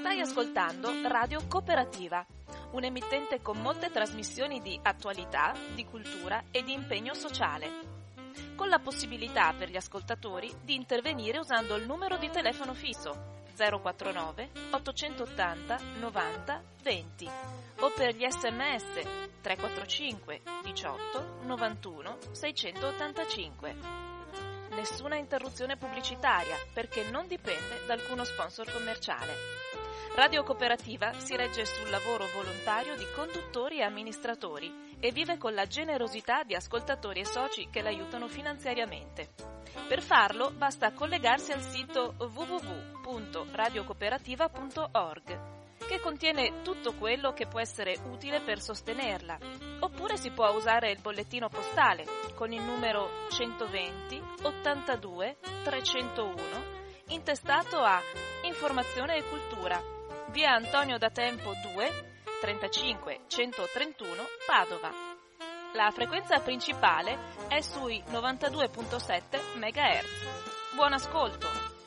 Stai ascoltando Radio Cooperativa, un emittente con molte trasmissioni di attualità, di cultura e di impegno sociale, con la possibilità per gli ascoltatori di intervenire usando il numero di telefono fisso 049 880 90 20 o per gli SMS 345 18 91 685. Nessuna interruzione pubblicitaria perché non dipende da alcuno sponsor commerciale. Radio Cooperativa si regge sul lavoro volontario di conduttori e amministratori e vive con la generosità di ascoltatori e soci che l'aiutano finanziariamente. Per farlo basta collegarsi al sito www.radiocooperativa.org, che contiene tutto quello che può essere utile per sostenerla, oppure si può usare il bollettino postale con il numero 120 82 301 intestato a Informazione e Cultura, via Antonio da Tempo 2, 35 131 Padova. La frequenza principale è sui 92.7 MHz. Buon ascolto!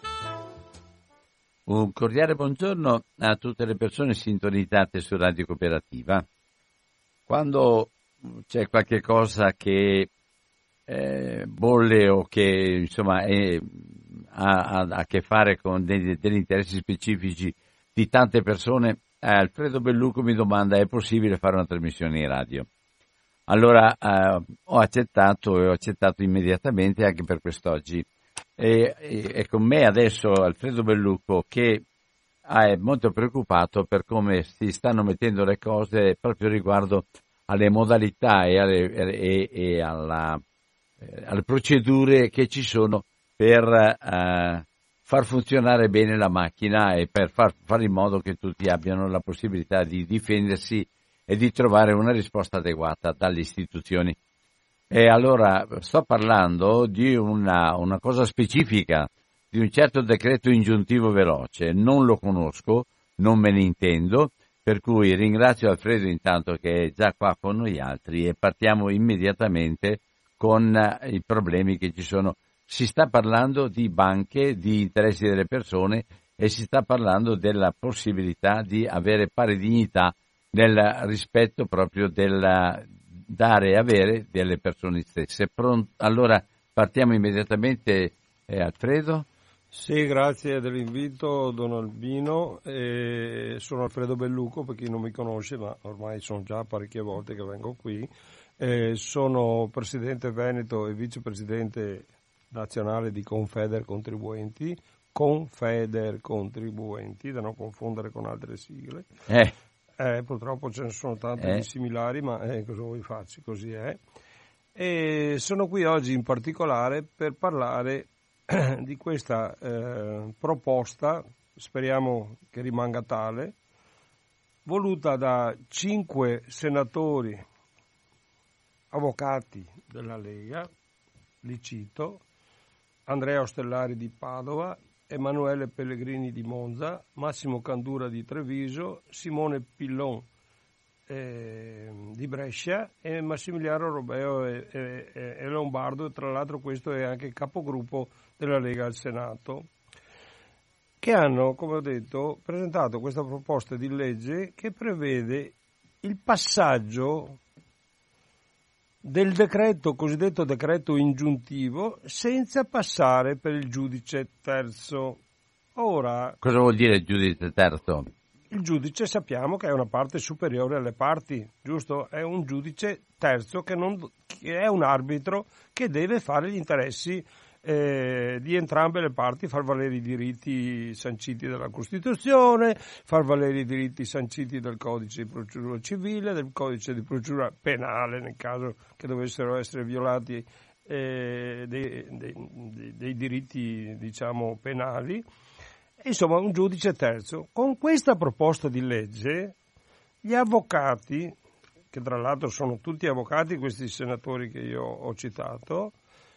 Un cordiale buongiorno a tutte le persone sintonizzate su Radio Cooperativa. Quando c'è qualche cosa che bolle o che insomma ha a che fare con degli interessi specifici di tante persone, Alfredo Belluco mi domanda: è possibile fare una trasmissione in radio? Allora ho accettato immediatamente anche per quest'oggi. E con me adesso Alfredo Belluco, che è molto preoccupato per come si stanno mettendo le cose proprio riguardo alle modalità e alle procedure che ci sono per far funzionare bene la macchina e per fare in modo che tutti abbiano la possibilità di difendersi e di trovare una risposta adeguata dalle istituzioni. E allora sto parlando di una cosa specifica, di un certo decreto ingiuntivo veloce. Non lo conosco, non me ne intendo, per cui ringrazio Alfredo intanto che è già qua con noi altri e partiamo immediatamente con i problemi che ci sono. Si sta parlando di banche, di interessi delle persone e si sta parlando della possibilità di avere pari dignità nel rispetto proprio del dare e avere delle persone stesse. Allora partiamo immediatamente, Alfredo. Sì, grazie dell'invito, Don Albino. Sono Alfredo Belluco, per chi non mi conosce, ma ormai sono già parecchie volte che vengo qui. Sono presidente veneto e vicepresidente nazionale di Confedercontribuenti, da non confondere con altre sigle. Purtroppo ce ne sono tante di similari, ma cosa vuoi farci, così è. E sono qui oggi in particolare per parlare di questa proposta, speriamo che rimanga tale, voluta da 5 senatori avvocati della Lega, li cito: Andrea Ostellari di Padova, Emanuele Pellegrini di Monza, Massimo Candura di Treviso, Simone Pillon di Brescia e Massimiliano Robeo e Lombardo. Tra l'altro questo è anche il capogruppo della Lega al Senato, che hanno, come ho detto, presentato questa proposta di legge che prevede il passaggio del cosiddetto decreto ingiuntivo senza passare per il giudice terzo. Ora, cosa vuol dire il giudice terzo? Il giudice sappiamo che è una parte superiore alle parti, giusto? È un giudice terzo che è un arbitro che deve fare gli interessi di entrambe le parti, far valere i diritti sanciti dalla Costituzione, far valere i diritti sanciti dal Codice di Procedura Civile, del Codice di Procedura Penale, nel caso che dovessero essere violati dei diritti, diciamo, penali. Insomma, un giudice terzo. Con questa proposta di legge gli avvocati, che tra l'altro sono tutti avvocati, questi senatori che io ho citato,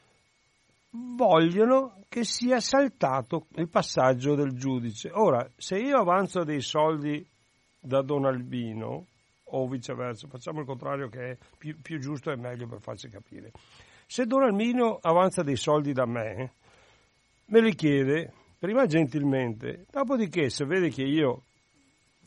vogliono che sia saltato il passaggio del giudice. Ora, se io avanzo dei soldi da Don Albino, o viceversa, facciamo il contrario, che è più giusto e meglio per farci capire. Se Don Albino avanza dei soldi da me, me li chiede prima gentilmente, dopodiché se vede che io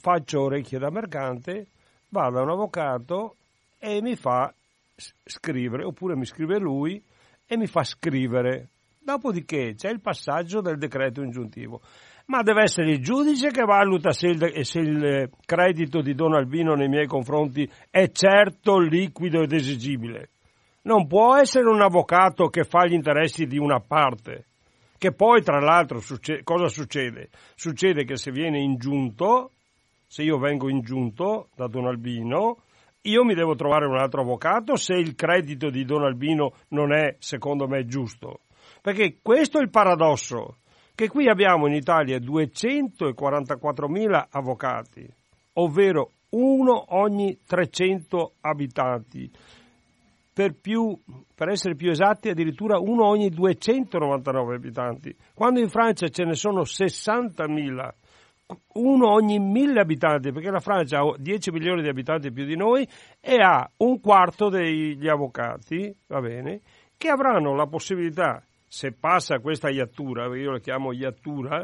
faccio orecchie da mercante, vado a un avvocato e mi fa scrivere, oppure mi scrive lui e mi fa scrivere. Dopodiché c'è il passaggio del decreto ingiuntivo, ma deve essere il giudice che valuta se il credito di Don Albino nei miei confronti è certo, liquido ed esigibile. Non può essere un avvocato che fa gli interessi di una parte, che poi tra l'altro cosa succede? Succede che se viene ingiunto, se io vengo ingiunto da Don Albino, io mi devo trovare un altro avvocato se il credito di Don Albino non è, secondo me, giusto. Perché questo è il paradosso, che qui abbiamo in Italia 244.000 avvocati, ovvero uno ogni 300 abitanti, per essere più esatti addirittura uno ogni 299 abitanti, quando in Francia ce ne sono 60.000, uno ogni 1.000 abitanti, perché la Francia ha 10 milioni di abitanti più di noi e ha un quarto degli avvocati, va bene, che avranno la possibilità, se passa questa iattura, io la chiamo iattura,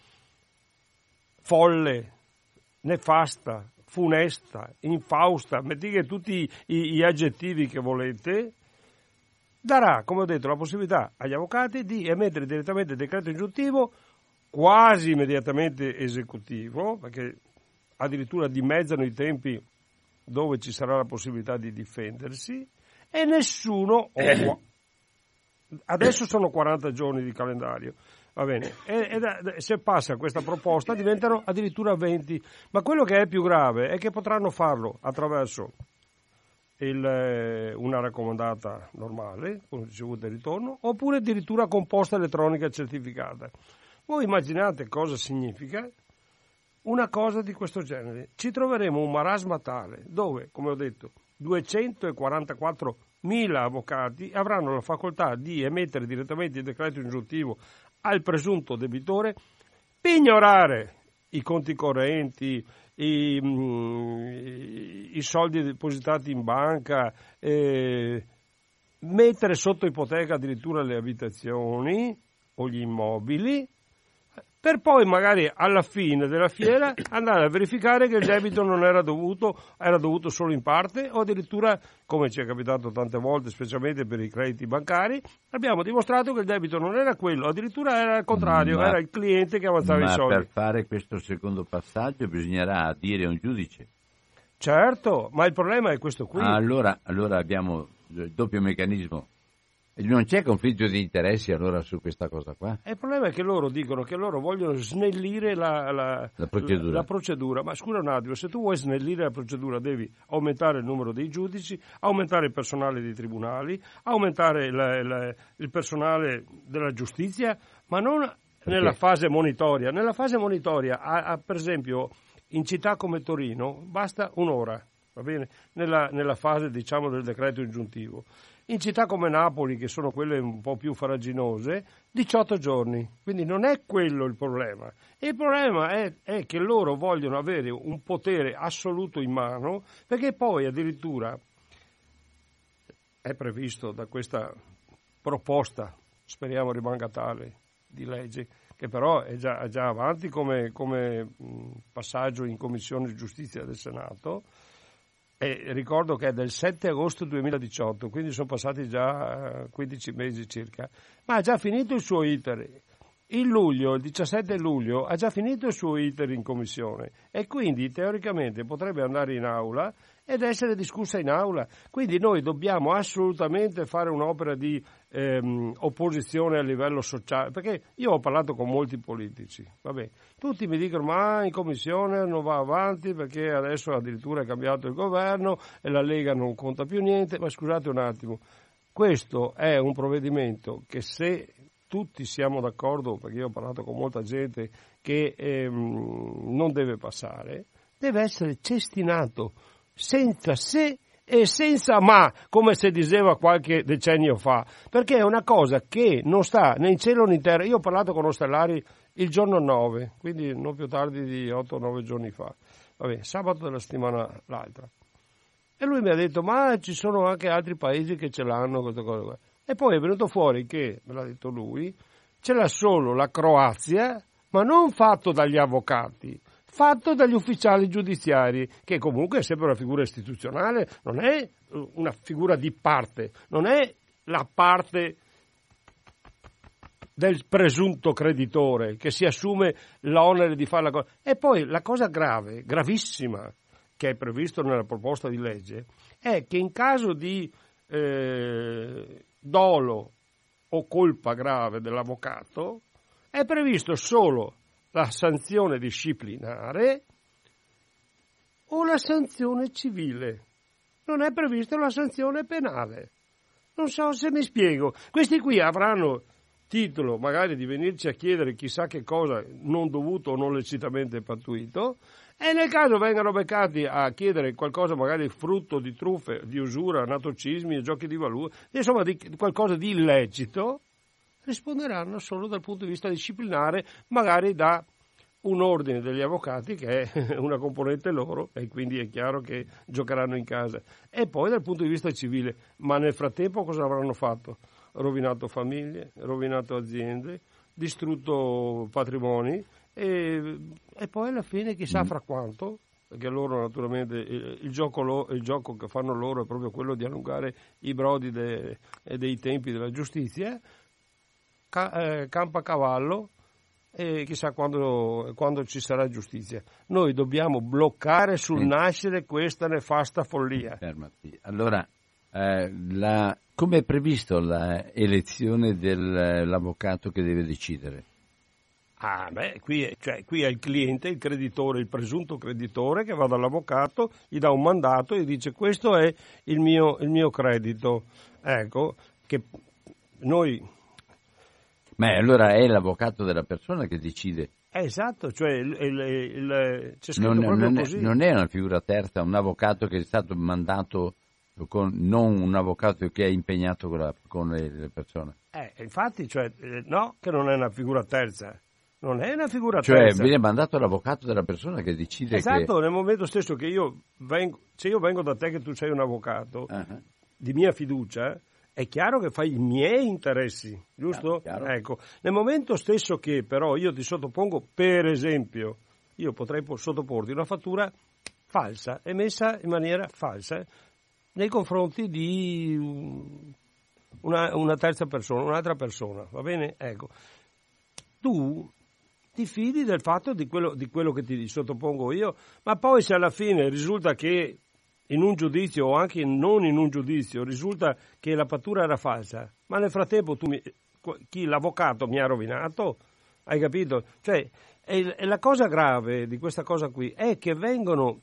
folle, nefasta, funesta, infausta, mettete tutti gli aggettivi che volete, darà, come ho detto, la possibilità agli avvocati di emettere direttamente il decreto ingiuntivo, quasi immediatamente esecutivo, perché addirittura dimezzano i tempi dove ci sarà la possibilità di difendersi, e nessuno... Adesso sono 40 giorni di calendario, va bene, e se passa questa proposta diventano addirittura 20, ma quello che è più grave è che potranno farlo attraverso una raccomandata normale, con ricevuta e ritorno, oppure addirittura con posta elettronica certificata. Voi immaginate cosa significa una cosa di questo genere? Ci troveremo un marasma tale dove, come ho detto, 244.000 avvocati avranno la facoltà di emettere direttamente il decreto ingiuntivo al presunto debitore, pignorare i conti correnti, i soldi depositati in banca, mettere sotto ipoteca addirittura le abitazioni o gli immobili, per poi magari alla fine della fiera andare a verificare che il debito non era dovuto solo in parte, o addirittura, come ci è capitato tante volte, specialmente per i crediti bancari, abbiamo dimostrato che il debito non era quello, addirittura era il contrario, era il cliente che avanzava i soldi. Ma per fare questo secondo passaggio bisognerà adire un giudice. Certo, ma il problema è questo qui. Allora abbiamo il doppio meccanismo. Non c'è conflitto di interessi allora su questa cosa qua? Il problema è che loro dicono che loro vogliono snellire la procedura. Ma scusa un attimo, se tu vuoi snellire la procedura devi aumentare il numero dei giudici, aumentare il personale dei tribunali, aumentare il personale della giustizia, ma non nella fase monitoria. Nella fase monitoria, per esempio, in città come Torino basta un'ora, va bene? Nella fase, diciamo, del decreto ingiuntivo. In città come Napoli, che sono quelle un po' più faraginose, 18 giorni. Quindi non è quello il problema. Il problema è che loro vogliono avere un potere assoluto in mano, perché poi addirittura è previsto da questa proposta, speriamo rimanga tale, di legge, che però è già avanti come passaggio in Commissione Giustizia del Senato. E ricordo che è del 7 agosto 2018, quindi sono passati già 15 mesi circa, ma ha già finito il suo iter. Il 17 luglio, ha già finito il suo iter in commissione e quindi teoricamente potrebbe andare in aula ed essere discussa in aula. Quindi noi dobbiamo assolutamente fare un'opera di opposizione a livello sociale, perché io ho parlato con molti politici, vabbè, tutti mi dicono ma in commissione non va avanti perché adesso addirittura è cambiato il governo e la Lega non conta più niente. Ma scusate un attimo, questo è un provvedimento che, se tutti siamo d'accordo, perché io ho parlato con molta gente, che non deve passare, deve essere cestinato senza se e senza ma, come si diceva qualche decennio fa, perché è una cosa che non sta né in cielo né in terra. Io ho parlato con Ostellari il giorno 9, quindi non più tardi di 8-9 giorni fa, vabbè, sabato della settimana l'altra, e lui mi ha detto ma ci sono anche altri paesi che ce l'hanno queste cose qua. E poi è venuto fuori che, me l'ha detto lui, ce l'ha solo la Croazia, ma non fatto dagli avvocati, fatto dagli ufficiali giudiziari, che comunque è sempre una figura istituzionale, non è una figura di parte, non è la parte del presunto creditore che si assume l'onere di fare la cosa. E poi la cosa grave, gravissima, che è previsto nella proposta di legge, è che in caso di dolo o colpa grave dell'avvocato è previsto solo la sanzione disciplinare o la sanzione civile. Non è prevista la sanzione penale. Non so se mi spiego. Questi qui avranno titolo magari di venirci a chiedere chissà che cosa non dovuto o non lecitamente pattuito, e nel caso vengano beccati a chiedere qualcosa magari frutto di truffe, di usura, anatocismi, giochi di valore, insomma di qualcosa di illecito, risponderanno solo dal punto di vista disciplinare, magari da un ordine degli avvocati che è una componente loro, e quindi è chiaro che giocheranno in casa, e poi dal punto di vista civile. Ma nel frattempo cosa avranno fatto? Rovinato famiglie, rovinato aziende, distrutto patrimoni e poi alla fine chissà fra quanto, perché loro naturalmente il gioco che fanno loro è proprio quello di allungare i brodi dei tempi della giustizia, campa a cavallo, e chissà quando ci sarà giustizia. Noi dobbiamo bloccare sul nascere questa nefasta follia. Fermati. Allora, come è previsto l'elezione dell'avvocato che deve decidere? Qui è il cliente, il creditore, il presunto creditore che va dall'avvocato, gli dà un mandato e dice questo è il mio credito. Ecco, che noi... Ma allora è l'avvocato della persona che decide. Esatto, cioè c'è scritto proprio così. Non è una figura terza, un avvocato che è stato mandato, non un avvocato che è impegnato con le persone. Infatti, no, che non è una figura terza. Non è una figura terza. Cioè, viene mandato l'avvocato della persona che decide. Esatto, nel momento stesso che se io vengo da te che tu sei un avvocato di mia fiducia, è chiaro che fai i miei interessi, giusto? Chiaro. Ecco, nel momento stesso che però io ti sottopongo, per esempio, io potrei sottoporti una fattura falsa, emessa in maniera falsa, nei confronti di una terza persona, un'altra persona, va bene? Ecco, tu ti fidi del fatto di quello che ti sottopongo io, ma poi se alla fine risulta che in un giudizio o anche non in un giudizio risulta che la fattura era falsa, ma nel frattempo l'avvocato mi ha rovinato, hai capito? Cioè, e la cosa grave di questa cosa qui è che vengono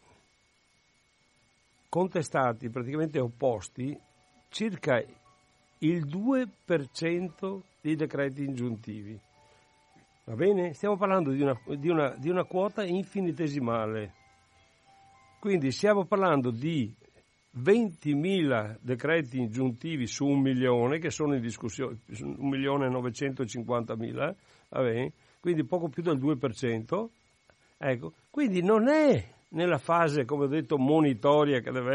contestati, praticamente opposti, circa il 2% dei decreti ingiuntivi. Va bene? Stiamo parlando di una quota infinitesimale. Quindi stiamo parlando di 20.000 decreti ingiuntivi su 1 milione, che sono in discussione, 1.950.000, va bene? Quindi poco più del 2%. Ecco, quindi non è nella fase, come ho detto, monitoria che deve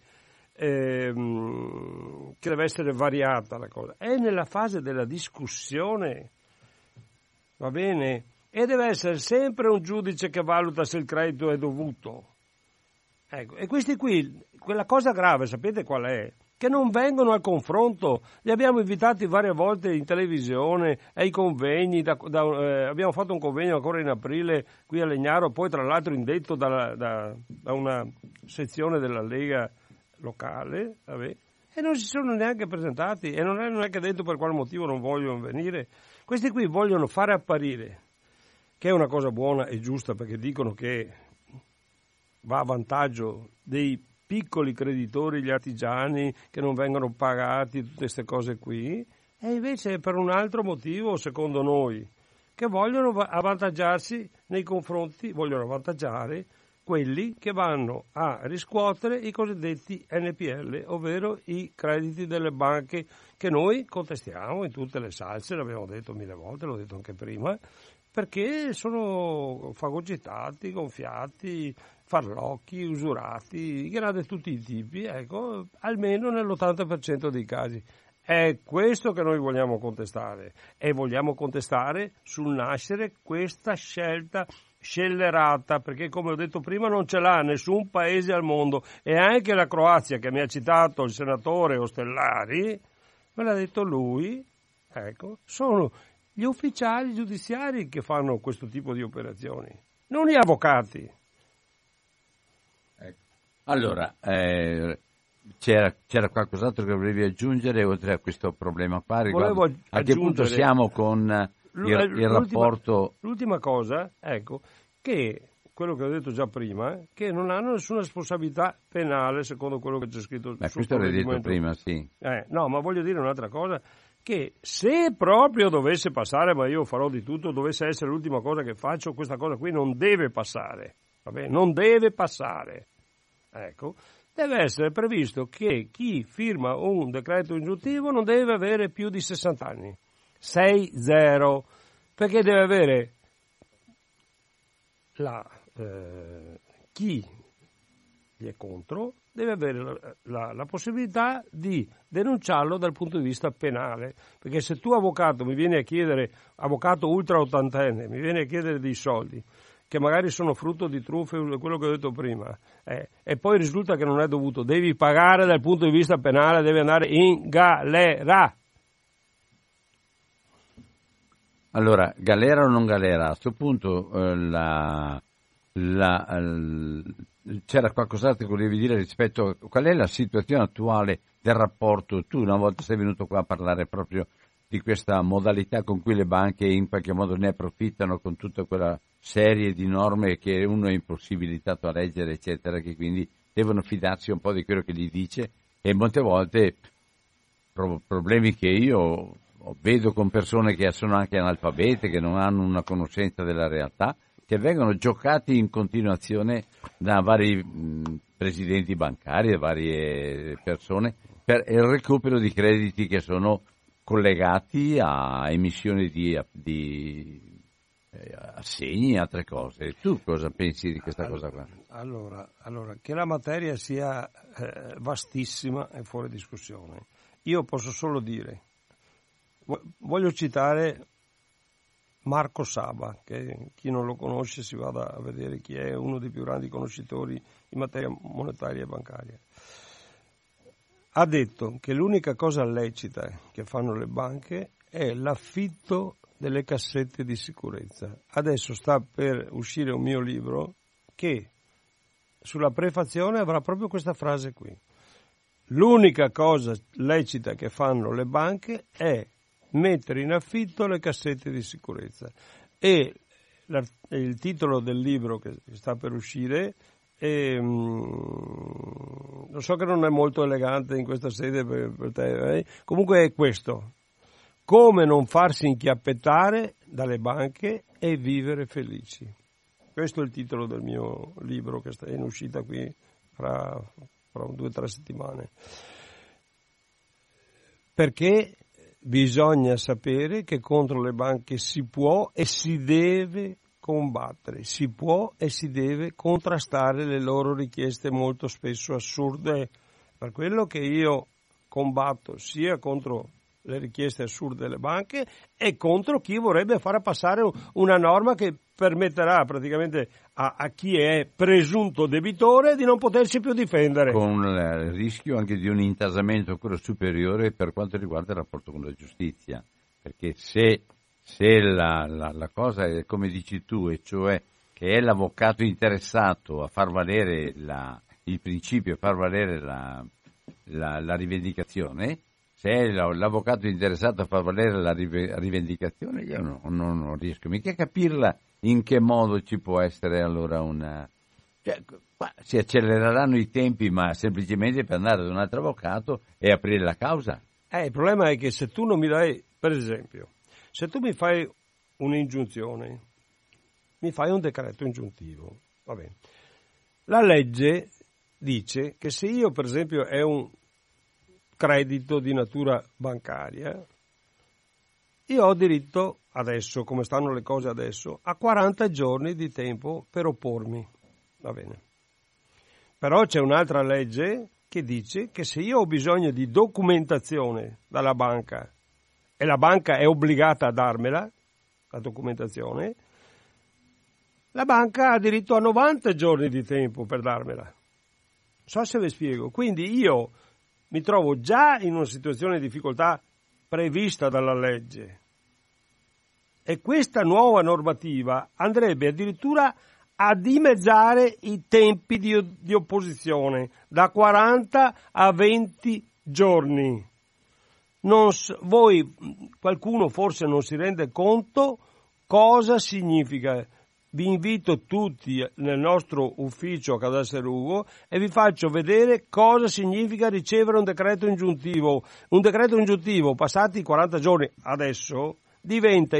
essere variata la cosa, è nella fase della discussione, va bene? E deve essere sempre un giudice che valuta se il credito è dovuto. Ecco, e questi qui, quella cosa grave, sapete qual è? Che non vengono al confronto. Li abbiamo invitati varie volte in televisione, ai convegni, abbiamo fatto un convegno ancora in aprile qui a Legnaro, poi tra l'altro indetto da una sezione della Lega locale, vabbè, e non si sono neanche presentati, e non è che detto per quale motivo non vogliono venire. Questi qui vogliono fare apparire che è una cosa buona e giusta, perché dicono che va a vantaggio dei piccoli creditori, gli artigiani che non vengono pagati, tutte queste cose qui, e invece per un altro motivo, secondo noi, che vogliono avvantaggiarsi nei confronti, vogliono avvantaggiare quelli che vanno a riscuotere i cosiddetti NPL, ovvero i crediti delle banche, che noi contestiamo in tutte le salse, l'abbiamo detto 1000 volte, l'ho detto anche prima, perché sono fagocitati, gonfiati, farlocchi, usurati, di tutti i tipi, ecco, almeno nell'80% dei casi. È questo che noi vogliamo contestare, e vogliamo contestare sul nascere questa scelta scellerata, perché come ho detto prima non ce l'ha nessun paese al mondo, e anche la Croazia, che mi ha citato il senatore Ostellari, me l'ha detto lui, ecco, sono gli ufficiali giudiziari che fanno questo tipo di operazioni, non gli avvocati. Ecco. Allora, c'era qualcos'altro che volevi aggiungere oltre a questo problema qua? A che punto siamo con il rapporto? L'ultima cosa, ecco, che quello che ho detto già prima, che non hanno nessuna responsabilità penale secondo quello che c'è scritto. Questo l'hai detto prima, sì. No, ma voglio dire un'altra cosa, che se proprio dovesse passare, ma io farò di tutto, dovesse essere l'ultima cosa che faccio, questa cosa qui non deve passare, va bene? Non deve passare, ecco. Deve essere previsto che chi firma un decreto ingiuntivo non deve avere più di 60 anni. 6-0, perché deve avere chi gli è contro deve avere la possibilità di denunciarlo dal punto di vista penale, perché se tu avvocato mi vieni a chiedere, avvocato ultra ottantenne, mi vieni a chiedere dei soldi che magari sono frutto di truffe, quello che ho detto prima, e poi risulta che non è dovuto, devi pagare dal punto di vista penale, devi andare in galera. Allora, galera o non galera? A questo punto c'era qualcos'altro che volevi dire rispetto a qual è la situazione attuale del rapporto? Tu una volta sei venuto qua a parlare proprio di questa modalità con cui le banche in qualche modo ne approfittano con tutta quella serie di norme che uno è impossibilitato a leggere, eccetera, che quindi devono fidarsi un po' di quello che gli dice, e molte volte problemi che io vedo con persone che sono anche analfabete, che non hanno una conoscenza della realtà, che vengono giocati in continuazione da vari presidenti bancari, da varie persone, per il recupero di crediti che sono collegati a emissioni di assegni e altre cose. Tu cosa pensi di questa cosa qua? Allora, che la materia sia vastissima è fuori discussione. Io posso solo dire, voglio citare Marco Saba, che chi non lo conosce si vada a vedere chi è, uno dei più grandi conoscitori in materia monetaria e bancaria. Ha detto che l'unica cosa lecita che fanno le banche è l'affitto delle cassette di sicurezza. Adesso sta per uscire un mio libro che sulla prefazione avrà proprio questa frase qui. L'unica cosa lecita che fanno le banche è mettere in affitto le cassette di sicurezza. E il titolo del libro che sta per uscire lo so che non è molto elegante in questa sede per te, comunque è questo: come non farsi inchiappettare dalle banche e vivere felici. Questo è il titolo del mio libro che è in uscita qui fra 2 o 3 settimane, perché bisogna sapere che contro le banche si può e si deve combattere, si può e si deve contrastare le loro richieste molto spesso assurde. Per quello che io combatto sia contro le richieste assurde delle banche e contro chi vorrebbe fare passare una norma che permetterà praticamente a chi è presunto debitore di non potersi più difendere. Con il rischio anche di un intasamento ancora superiore per quanto riguarda il rapporto con la giustizia, perché se la cosa è come dici tu, e cioè che è l'avvocato interessato a far valere il principio, a far valere la rivendicazione, se è l'avvocato interessato a far valere la rivendicazione, io non riesco mica a capirla in che modo ci può essere allora si accelereranno i tempi, ma semplicemente per andare ad un altro avvocato e aprire la causa. Il problema è che se tu non mi dai, per esempio, se tu mi fai un'ingiunzione, mi fai un decreto ingiuntivo, va bene. La legge dice che se io, per esempio, è un credito di natura bancaria, io ho diritto adesso, come stanno le cose adesso, a 40 giorni di tempo per oppormi, va bene. Però c'è un'altra legge che dice che se io ho bisogno di documentazione dalla banca e la banca è obbligata a darmela, la documentazione, la banca ha diritto a 90 giorni di tempo per darmela. Non so se vi spiego. Quindi io mi trovo già in una situazione di difficoltà prevista dalla legge. E questa nuova normativa andrebbe addirittura a dimezzare i tempi di opposizione da 40 a 20 giorni. Qualcuno forse non si rende conto cosa significa. Vi invito tutti nel nostro ufficio a Cadastre Ugo e vi faccio vedere cosa significa ricevere un decreto ingiuntivo. Un decreto ingiuntivo, passati 40 giorni adesso, diventa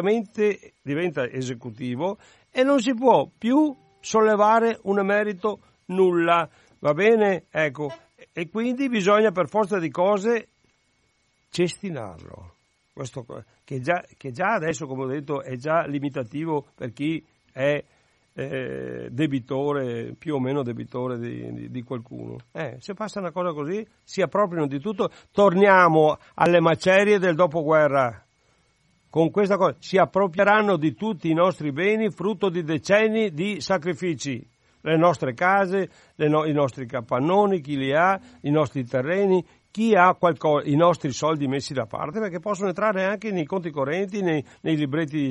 esecutivo e non si può più sollevare un emerito nulla, va bene? Ecco, e quindi bisogna per forza di cose cestinarlo. Questo che già adesso, come ho detto, è già limitativo per chi è debitore, più o meno debitore di qualcuno. Se passa una cosa così, si appropriano di tutto, torniamo alle macerie del dopoguerra. Con questa cosa si approprieranno di tutti i nostri beni, frutto di decenni di sacrifici. Le nostre case, i nostri capannoni, chi li ha, i nostri terreni, chi ha i nostri soldi messi da parte, perché possono entrare anche nei conti correnti, nei libretti,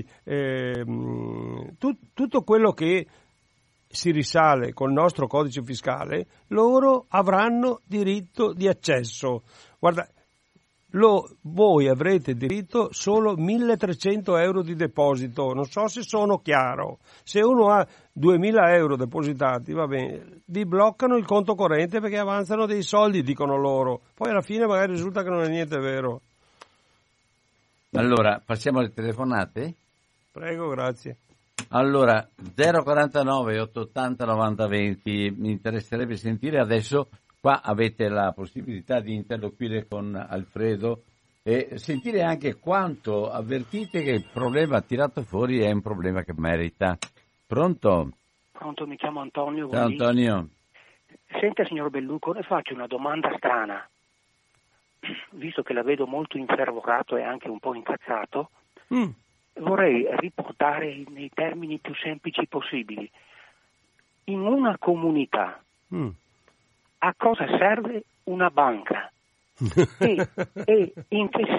tutto quello che si risale col nostro codice fiscale, loro avranno diritto di accesso. Guarda, voi avrete diritto solo 1.300 euro di deposito, non so se sono chiaro. Se uno ha 2.000 euro depositati, va bene, vi bloccano il conto corrente perché avanzano dei soldi, dicono loro. Poi alla fine magari risulta che non è niente vero. Allora, passiamo alle telefonate? Prego, grazie. Allora, 049 880 90 20, mi interesserebbe sentire adesso. Qua avete la possibilità di interloquire con Alfredo e sentire anche quanto avvertite che il problema tirato fuori è un problema che merita. Pronto? Pronto, mi chiamo Antonio. Ciao Antonio. Senta, signor Belluco, le faccio una domanda strana. Visto che la vedo molto infervorato e anche un po' incazzato, vorrei riportare nei termini più semplici possibili. In una comunità, a cosa serve una banca? E in che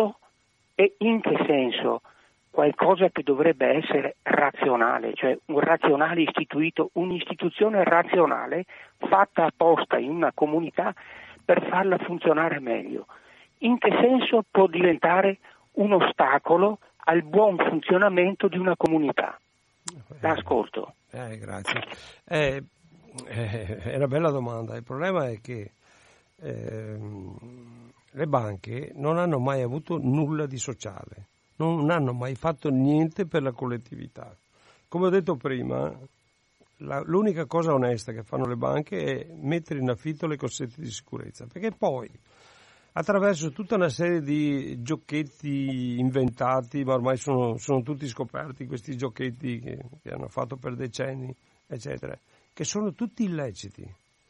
senso qualcosa che dovrebbe essere razionale, cioè un razionale istituito, un'istituzione razionale fatta apposta in una comunità per farla funzionare meglio. In che senso può diventare un ostacolo al buon funzionamento di una comunità? L'ascolto. Grazie. È una bella domanda. Il problema è che le banche non hanno mai avuto nulla di sociale, non hanno mai fatto niente per la collettività. Come ho detto prima, l'unica cosa onesta che fanno le banche è mettere in affitto le cassette di sicurezza, perché poi attraverso tutta una serie di giochetti inventati, ma ormai sono tutti scoperti questi giochetti che hanno fatto per decenni, eccetera, che sono tutti illeciti,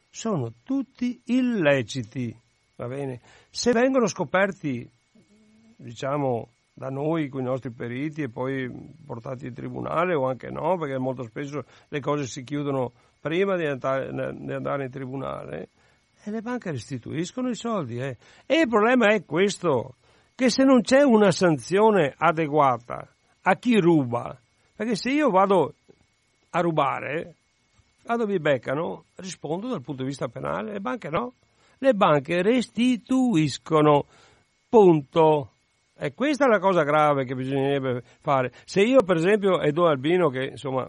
va bene? Se vengono scoperti, diciamo, da noi con i nostri periti e poi portati in tribunale o anche no, perché molto spesso le cose si chiudono prima di andare in tribunale, e le banche restituiscono i soldi. E il problema è questo, che se non c'è una sanzione adeguata a chi ruba, perché se io vado a rubare, quando mi beccano, rispondo dal punto di vista penale, le banche no, le banche restituiscono, punto. E questa è la cosa grave che bisognerebbe fare. Se io per esempio e Do Albino, che insomma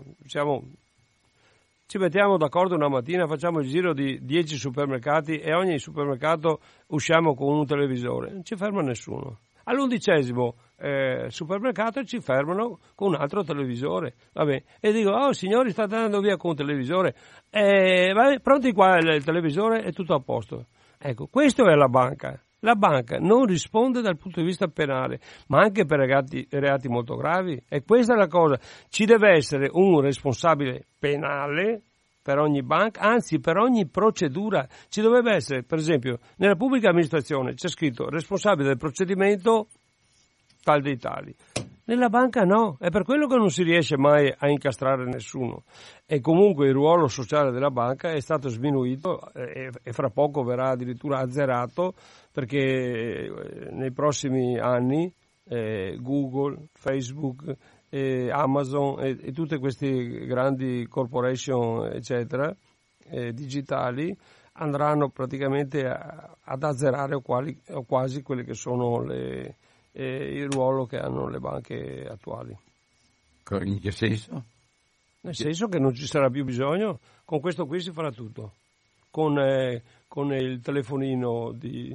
ci mettiamo d'accordo una mattina, facciamo il giro di 10 supermercati e ogni supermercato usciamo con un televisore, non ci ferma nessuno. All'11° supermercato ci fermano con un altro televisore, vabbè, e dico: oh signori, state andando via con un televisore, vabbè, pronti qua, il televisore è tutto a posto. Ecco, questo è la banca. La banca non risponde dal punto di vista penale, ma anche per reati molto gravi. E questa è la cosa. Ci deve essere un responsabile penale per ogni banca, anzi per ogni procedura. Ci dovrebbe essere, per esempio, nella pubblica amministrazione c'è scritto responsabile del procedimento tal dei tali. Nella banca no, è per quello che non si riesce mai a incastrare nessuno. E comunque il ruolo sociale della banca è stato sminuito e fra poco verrà addirittura azzerato, perché nei prossimi anni Google, Facebook, Amazon e tutte queste grandi corporation eccetera digitali andranno praticamente ad azzerare o quasi quelle che sono il ruolo che hanno le banche attuali. In che senso? Nel senso che non ci sarà più bisogno, con questo qui si farà tutto, con il telefonino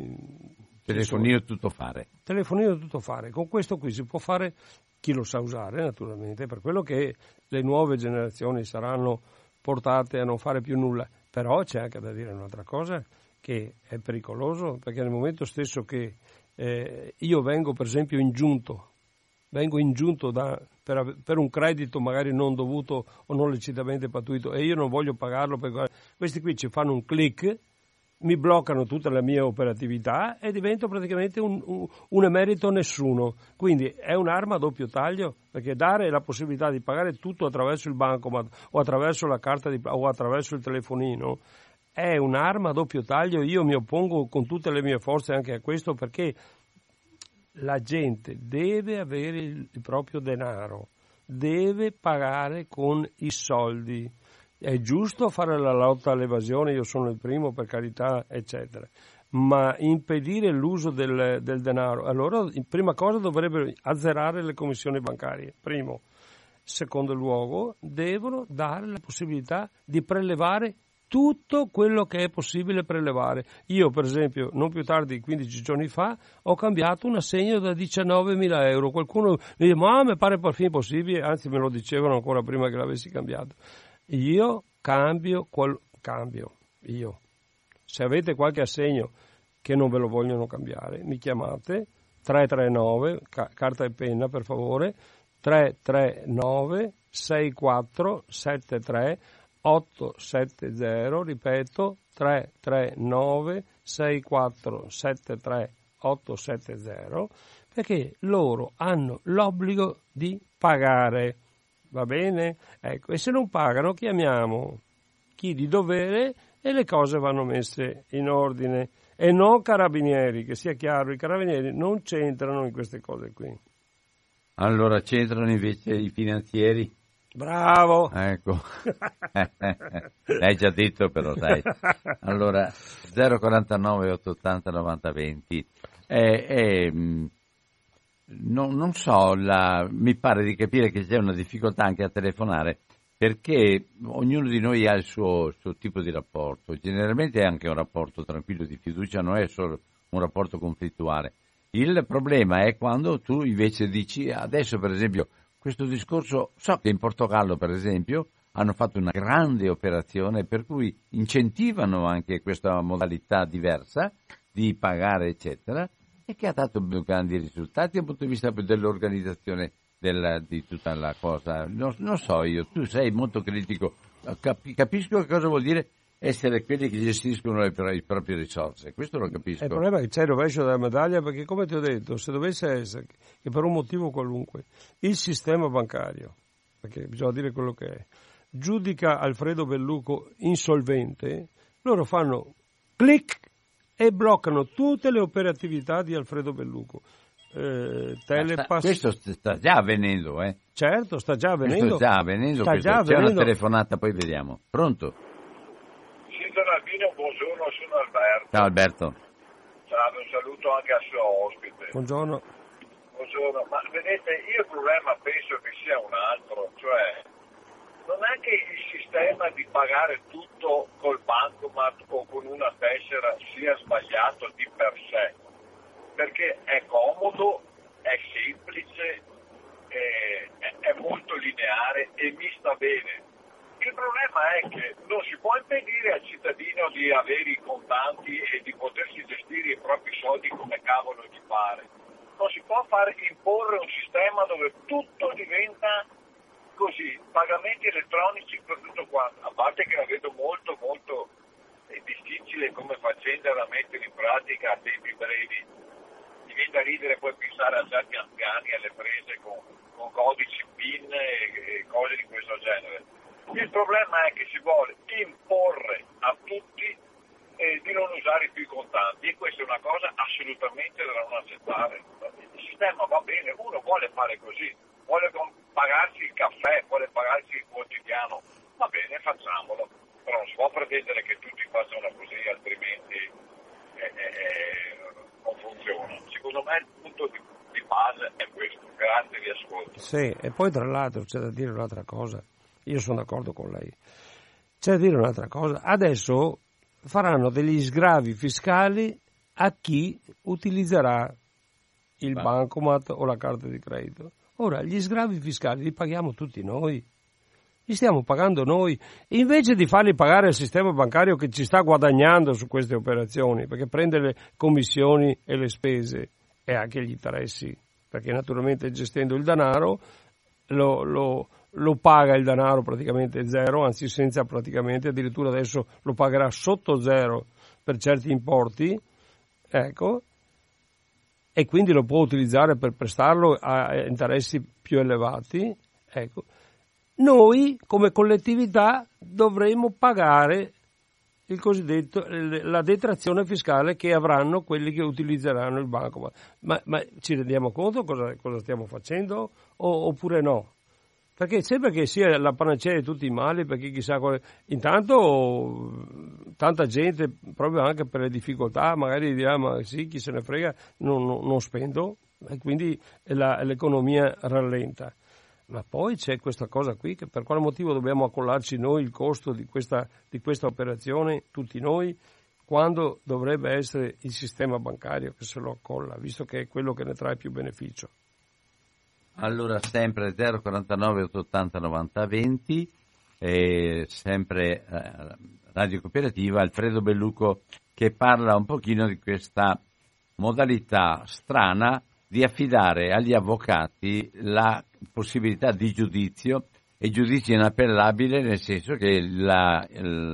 tutto fare. Telefonino tutto fare, con questo qui si può fare, chi lo sa usare naturalmente, per quello che le nuove generazioni saranno portate a non fare più nulla, però c'è anche da dire un'altra cosa, che è pericoloso, perché nel momento stesso che io vengo per esempio ingiunto per un credito magari non dovuto o non lecitamente pattuito e io non voglio pagarlo, perché questi qui ci fanno un click, mi bloccano tutta la mia operatività e divento praticamente un emerito nessuno. Quindi è un'arma a doppio taglio, perché dare la possibilità di pagare tutto attraverso il bancomat o attraverso la carta o attraverso il telefonino è un'arma a doppio taglio. Io mi oppongo con tutte le mie forze anche a questo, perché la gente deve avere il proprio denaro, deve pagare con i soldi. È giusto fare la lotta all'evasione, io sono il primo, per carità, eccetera, ma impedire l'uso del denaro, allora in prima cosa dovrebbero azzerare le commissioni bancarie, primo. Secondo luogo, devono dare la possibilità di prelevare tutto quello che è possibile prelevare. Io, per esempio, non più tardi di 15 giorni fa, ho cambiato un assegno da 19.000 euro. Qualcuno mi dice, ma mi pare perfino impossibile, anzi me lo dicevano ancora prima che l'avessi cambiato. Io cambio. Io. Se avete qualche assegno che non ve lo vogliono cambiare, mi chiamate, 339, carta e penna per favore, 339 6473 870, ripeto 339 6473 870, perché loro hanno l'obbligo di pagare, va bene? Ecco, e se non pagano chiamiamo chi di dovere e le cose vanno messe in ordine, e non carabinieri, che sia chiaro, i carabinieri non c'entrano in queste cose qui. Allora c'entrano invece i finanzieri? Bravo! Ecco, l'hai già detto però, dai. Allora, 049 880 90 20. Non so, mi pare di capire che c'è una difficoltà anche a telefonare, perché ognuno di noi ha il suo tipo di rapporto. Generalmente è anche un rapporto tranquillo di fiducia, non è solo un rapporto conflittuale. Il problema è quando tu invece dici, adesso per esempio, questo discorso, so che in Portogallo per esempio hanno fatto una grande operazione per cui incentivano anche questa modalità diversa di pagare eccetera, e che ha dato grandi risultati dal punto di vista dell'organizzazione di tutta la cosa. Non so io, tu sei molto critico, capisco che cosa vuol dire essere quelli che gestiscono le proprie risorse, questo lo capisco. Il problema è che c'è il rovescio della medaglia, perché come ti ho detto, se dovesse essere che per un motivo qualunque il sistema bancario, perché bisogna dire quello che è, giudica Alfredo Belluco insolvente, loro fanno clic e bloccano tutte le operatività di Alfredo Belluco. Questo sta già avvenendo, Certo, sta già avvenendo. C'è una telefonata, poi vediamo. Pronto? Albino, buongiorno, sono Alberto. Ciao Alberto. Ciao, un saluto anche al suo ospite. Buongiorno. Buongiorno, ma vedete, io il problema penso che sia un altro, cioè non è che il sistema di pagare tutto col bancomat o con una tessera sia sbagliato di per sé, perché è comodo, è semplice, è molto lineare e mi sta bene. Il problema è che non si può impedire al cittadino di avere i contanti e di potersi gestire i propri soldi come cavolo gli pare. Non si può imporre un sistema dove tutto diventa così, pagamenti elettronici per tutto quanto, a parte che la vedo molto molto difficile come faccenda da mettere in pratica a tempi brevi. Mi viene da ridere poi pensare a certi anziani alle prese con con codici PIN e cose di questo genere. Il problema è che si vuole imporre a tutti di non usare più i contanti, e questa è una cosa assolutamente da non accettare. Il sistema va bene, uno vuole fare così, vuole pagarsi il caffè, vuole pagarsi il quotidiano, va bene, facciamolo, però non si può pretendere che tutti facciano così, altrimenti non funziona. Secondo me il punto di base è questo. Grazie, vi ascolto. Sì, e poi tra l'altro c'è da dire un'altra cosa, io sono d'accordo con lei, c'è da dire un'altra cosa, adesso faranno degli sgravi fiscali a chi utilizzerà il bancomat o la carta di credito. Ora, gli sgravi fiscali li paghiamo tutti noi, li stiamo pagando noi, invece di farli pagare il sistema bancario che ci sta guadagnando su queste operazioni, perché prende le commissioni e le spese e anche gli interessi, perché naturalmente gestendo il denaro lo paga il denaro praticamente zero, anzi senza praticamente, addirittura adesso lo pagherà sotto zero per certi importi, ecco, e quindi lo può utilizzare per prestarlo a interessi più elevati, ecco. Noi come collettività dovremo pagare il cosiddetto, la detrazione fiscale che avranno quelli che utilizzeranno il banco. Ma ci rendiamo conto cosa stiamo facendo oppure no? Perché sembra che sia la panacea di tutti i mali, perché chissà quale... Intanto tanta gente, proprio anche per le difficoltà, magari dirà ma sì, chi se ne frega, non spendo, e quindi l'economia rallenta. Ma poi c'è questa cosa qui, che per quale motivo dobbiamo accollarci noi il costo di questa operazione, tutti noi, quando dovrebbe essere il sistema bancario che se lo accolla, visto che è quello che ne trae più beneficio. Allora sempre 049 880 90 20, sempre Radio Cooperativa, Alfredo Belluco che parla un pochino di questa modalità strana di affidare agli avvocati la possibilità di giudizio, e giudizio inappellabile, nel senso che la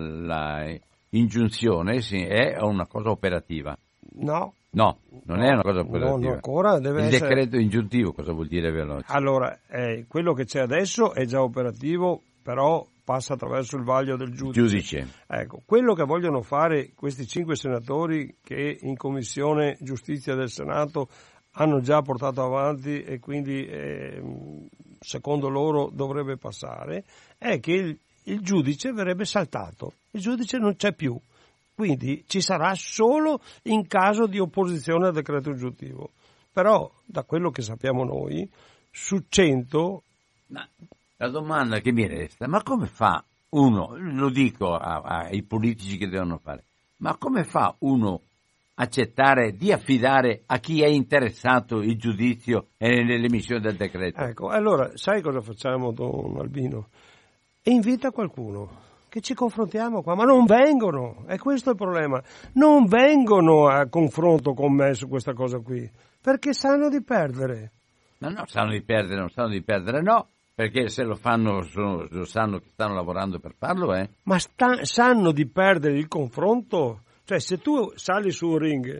ingiunzione è una cosa operativa. No, non è una cosa operativa. No, ancora deve il essere... decreto ingiuntivo cosa vuol dire veloce? Allora, quello che c'è adesso è già operativo, però passa attraverso il vaglio del giudice. Ecco, quello che vogliono fare questi 5 senatori che in Commissione Giustizia del Senato hanno già portato avanti e quindi secondo loro dovrebbe passare, è che il giudice verrebbe saltato, il giudice non c'è più, quindi ci sarà solo in caso di opposizione al decreto ingiuntivo. Però da quello che sappiamo noi, su 100... La domanda che mi resta, ma come fa uno, lo dico ai politici che devono fare, ma come fa uno accettare di affidare a chi è interessato il giudizio e nell'emissione del decreto? Ecco, allora, sai cosa facciamo, don Albino? Invita qualcuno, che ci confrontiamo qua, ma non vengono, è questo il problema, non vengono a confronto con me su questa cosa qui, perché sanno di perdere. Ma no, sanno di perdere, no, perché se lo fanno, lo sanno che stanno lavorando per farlo, Ma sanno di perdere il confronto? Cioè, se tu sali su un ring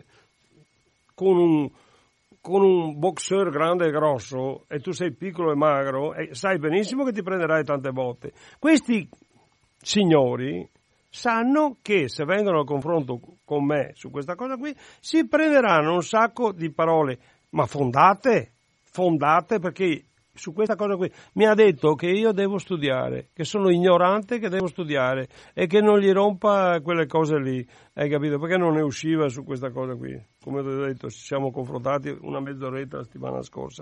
con un boxer grande e grosso e tu sei piccolo e magro, sai benissimo che ti prenderai tante botte. Questi signori sanno che se vengono al confronto con me su questa cosa qui si prenderanno un sacco di parole, ma fondate, perché su questa cosa qui mi ha detto che io devo studiare, che sono ignorante, che devo studiare e che non gli rompa quelle cose lì, hai capito? Perché non ne usciva su questa cosa qui, come ti ho detto, ci siamo confrontati una mezz'oretta la settimana scorsa,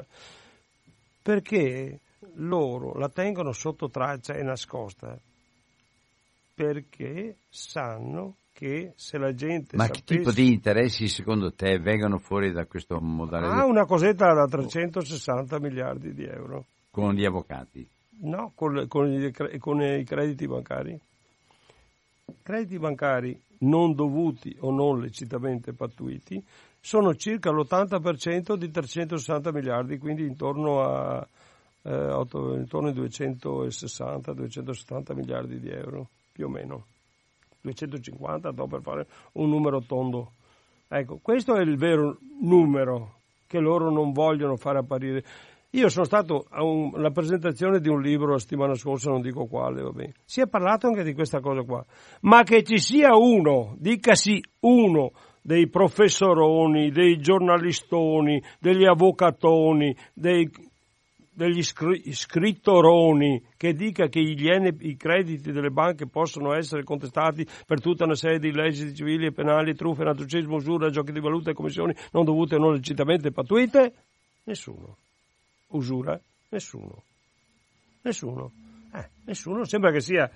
perché loro la tengono sotto traccia e nascosta, perché sanno che se la gente Ma che tipo di interessi secondo te vengono fuori da questo modalità? Una cosetta da 360 miliardi di euro. Con gli avvocati? No, con i crediti bancari. Crediti bancari non dovuti o non lecitamente pattuiti sono circa l'80% di 360 miliardi, quindi intorno ai 260-270 miliardi di euro, più o meno. 250, per fare un numero tondo. Ecco, questo è il vero numero che loro non vogliono fare apparire. Io sono stato alla presentazione di un libro la settimana scorsa, non dico quale, va bene. Si è parlato anche di questa cosa qua. Ma che ci sia uno, dicasi uno, dei professoroni, dei giornalistoni, degli avvocatoni, degli scrittoroni che dica che i crediti delle banche possono essere contestati per tutta una serie di leggi civili e penali, truffe, naturalismo, usura, giochi di valuta e commissioni non dovute o non legittimamente pattuite? Nessuno. Usura? Nessuno. Nessuno. Sembra che sia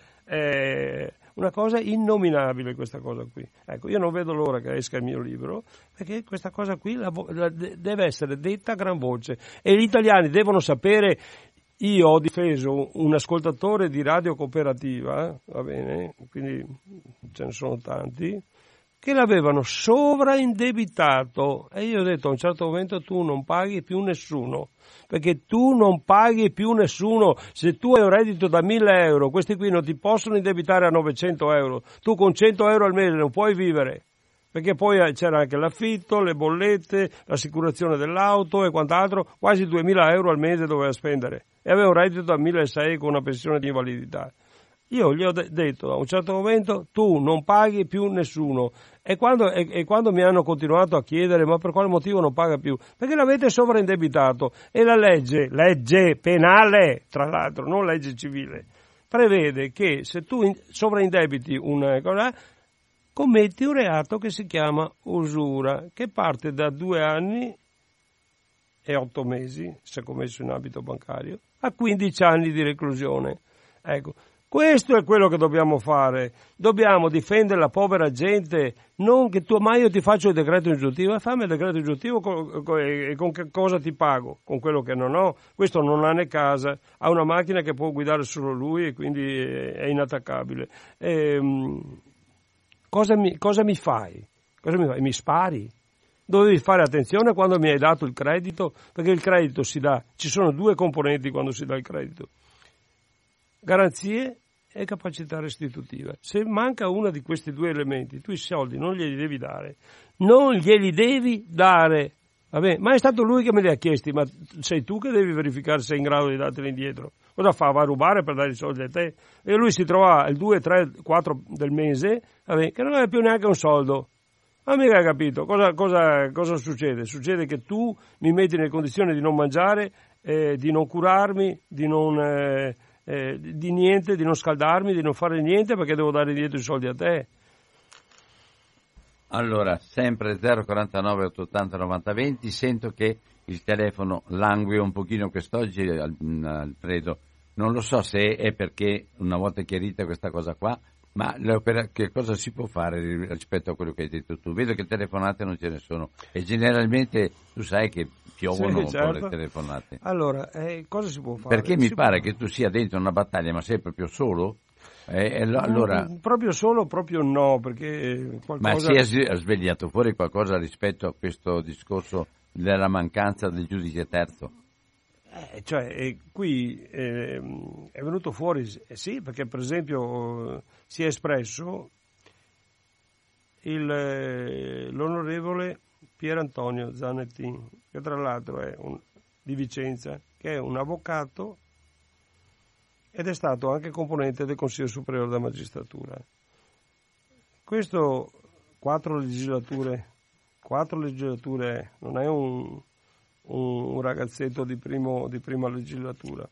una cosa innominabile questa cosa qui. Ecco, io non vedo l'ora che esca il mio libro, perché questa cosa qui deve essere detta a gran voce e gli italiani devono sapere. Io ho difeso un ascoltatore di Radio Cooperativa, va bene, quindi ce ne sono tanti, che l'avevano sovraindebitato e io ho detto a un certo momento tu non paghi più nessuno, perché tu non paghi più nessuno. Se tu hai un reddito da 1.000 euro, questi qui non ti possono indebitare a 900 euro, tu con 100 euro al mese non puoi vivere, perché poi c'era anche l'affitto, le bollette, l'assicurazione dell'auto e quant'altro, quasi 2.000 euro al mese doveva spendere e aveva un reddito da 1.600 con una pensione di invalidità. Io gli ho detto a un certo momento tu non paghi più nessuno e quando mi hanno continuato a chiedere ma per quale motivo non paga più? Perché l'avete sovraindebitato e la legge penale, tra l'altro, non legge civile, prevede che se tu sovraindebiti una cosa commetti un reato che si chiama usura, che parte da 2 anni e 8 mesi, se commesso in ambito bancario, a 15 anni di reclusione. Ecco. Questo è quello che dobbiamo fare, dobbiamo difendere la povera gente, non che ma io ti faccio il decreto ingiuntivo, fammi il decreto ingiuntivo e con che cosa ti pago? Con quello che non ho, questo non ha né casa, ha una macchina che può guidare solo lui e quindi è inattaccabile. Cosa mi fai? Mi spari? Dovevi fare attenzione quando mi hai dato il credito, perché il credito si dà, ci sono 2 componenti quando si dà il credito. Garanzie e capacità restitutiva. Se manca uno di questi 2 elementi, tu i soldi non glieli devi dare. Vabbè, ma è stato lui che me li ha chiesti, ma sei tu che devi verificare se sei in grado di darteli indietro. Cosa fa? Va a rubare per dare i soldi a te? E lui si trova il 2, 3, 4 del mese, vabbè, che non aveva più neanche un soldo. Ma mica hai capito. Cosa succede? Succede che tu mi metti nelle condizioni di non mangiare, di non curarmi, di niente, di non scaldarmi, di non fare niente perché devo dare indietro i soldi a te. Allora, sempre 049 880 90 20, sento che il telefono langue un pochino quest'oggi, Alfredo. Non lo so se è perché una volta chiarita questa cosa qua, ma che cosa si può fare rispetto a quello che hai detto tu? Vedo che telefonate non ce ne sono e generalmente tu sai che piovono sì, certo. Un po' le telefonate. Allora, cosa si può fare? Perché mi pare che tu sia dentro una battaglia, ma sei proprio solo? Allora... Proprio solo, proprio no, perché qualcosa... Ma si è svegliato fuori qualcosa rispetto a questo discorso della mancanza del giudice terzo? Qui è venuto fuori, sì, perché per esempio si è espresso l'onorevole Pier Antonio Zanetti, che tra l'altro è di Vicenza, che è un avvocato ed è stato anche componente del Consiglio Superiore della Magistratura. Questo 4 legislature, non è un ragazzetto di prima legislatura.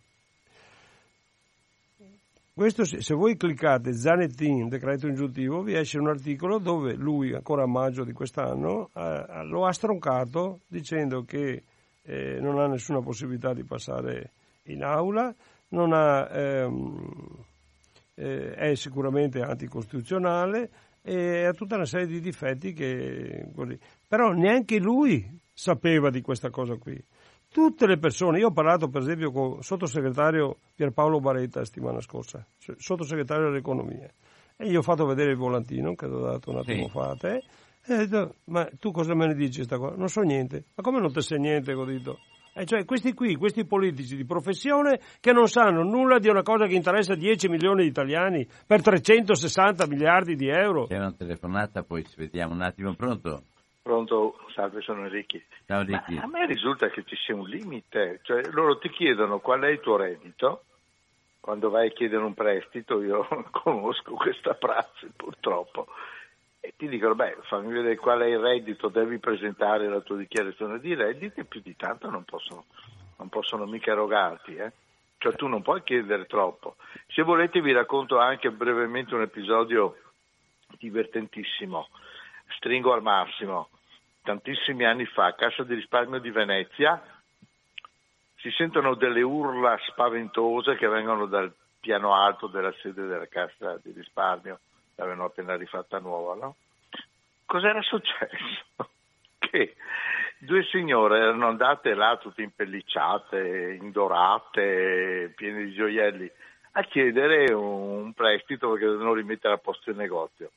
Questo, se voi cliccate Zanettin, decreto ingiuntivo, vi esce un articolo dove lui, ancora a maggio di quest'anno, lo ha stroncato dicendo che non ha nessuna possibilità di passare in aula, è sicuramente anticostituzionale e ha tutta una serie di difetti così. Però neanche lui sapeva di questa cosa qui. Tutte le persone, io ho parlato per esempio con il sottosegretario Pierpaolo Baretta la settimana scorsa, sottosegretario dell'economia, e gli ho fatto vedere il volantino che ho dato un attimo fa a te, e ho detto, ma tu cosa me ne dici questa cosa? Non so niente. Ma come non te sai niente? Ho detto. Cioè questi politici di professione che non sanno nulla di una cosa che interessa 10 milioni di italiani per 360 miliardi di euro. C'è una telefonata, poi ci vediamo un attimo. Pronto? Pronto? Salve, sono Enrico. Ciao Enrico. A me risulta che ci sia un limite, cioè loro ti chiedono qual è il tuo reddito, quando vai a chiedere un prestito, io conosco questa prassi purtroppo, e ti dicono, fammi vedere qual è il reddito, devi presentare la tua dichiarazione di reddito, e più di tanto non possono mica erogarti, Cioè tu non puoi chiedere troppo. Se volete vi racconto anche brevemente un episodio divertentissimo, stringo al massimo. Tantissimi anni fa, Cassa di risparmio di Venezia, si sentono delle urla spaventose che vengono dal piano alto della sede della Cassa di risparmio, l'avevano appena rifatta nuova, no? Cos'era successo? Che due signore erano andate là tutte impellicciate, indorate, piene di gioielli, a chiedere un prestito perché dovevano rimettere a posto il negozio.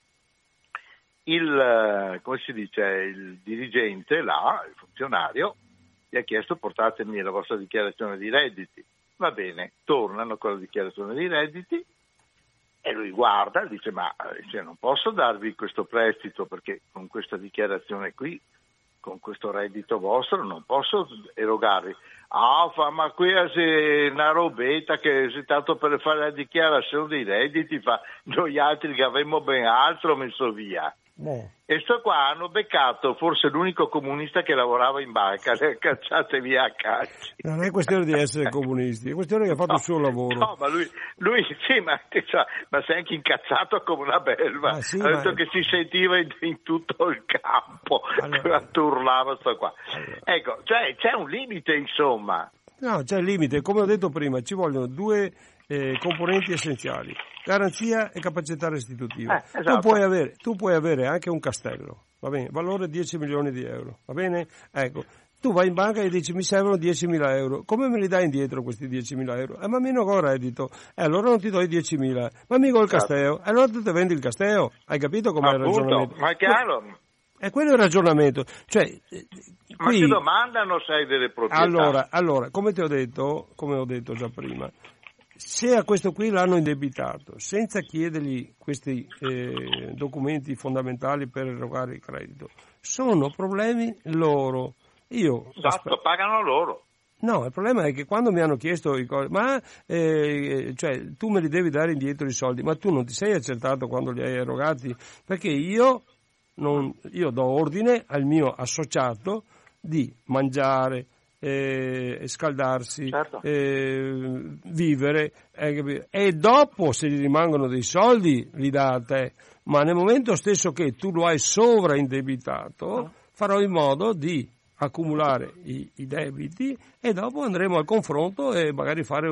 Il dirigente là, il funzionario, gli ha chiesto: portatemi la vostra dichiarazione di redditi. Va bene, tornano con la dichiarazione di redditi e lui guarda e dice: non posso darvi questo prestito perché con questa dichiarazione qui, con questo reddito vostro, non posso erogarvi. Ma qui è una robetta che è stato per fare la dichiarazione dei redditi, noi altri che avremmo ben altro messo via. E sto qua hanno beccato forse l'unico comunista che lavorava in banca, le cacciate via a calci. Non è questione di essere comunisti, è questione che ha fatto il suo lavoro. No, ma lui sì, ma sei anche incazzato come una belva. Sì, ha detto che si sentiva in tutto il campo, quando urlava sto qua. Allora. Ecco, cioè c'è un limite, insomma. No, c'è il limite, come ho detto prima, ci vogliono due componenti essenziali: garanzia e capacità restitutiva. Esatto. Tu puoi avere anche un castello, va bene, valore 10 milioni di euro, va bene? Ecco, tu vai in banca e dici: mi servono 10.000 euro, come me li dai indietro questi 10.000 euro? Ma meno con reddito, allora non ti do i 10.000, ma mica il castello, allora tu ti vendi il castello, hai capito com'è il ragionamento? Ma è chiaro. E quello è il ragionamento, cioè, ma qui, che domandano sei delle proprietà? Allora, come ho detto già prima, se a questo qui l'hanno indebitato senza chiedergli questi documenti fondamentali per erogare il credito, sono problemi loro. Esatto, pagano loro. No, il problema è che quando mi hanno chiesto cioè tu me li devi dare indietro i soldi, ma tu non ti sei accertato quando li hai erogati, perché io do ordine al mio associato di mangiare, scaldarsi, certo, vivere, e dopo se gli rimangono dei soldi li dà a te, ma nel momento stesso che tu lo hai sovraindebitato farò in modo di accumulare i debiti e dopo andremo al confronto e magari fare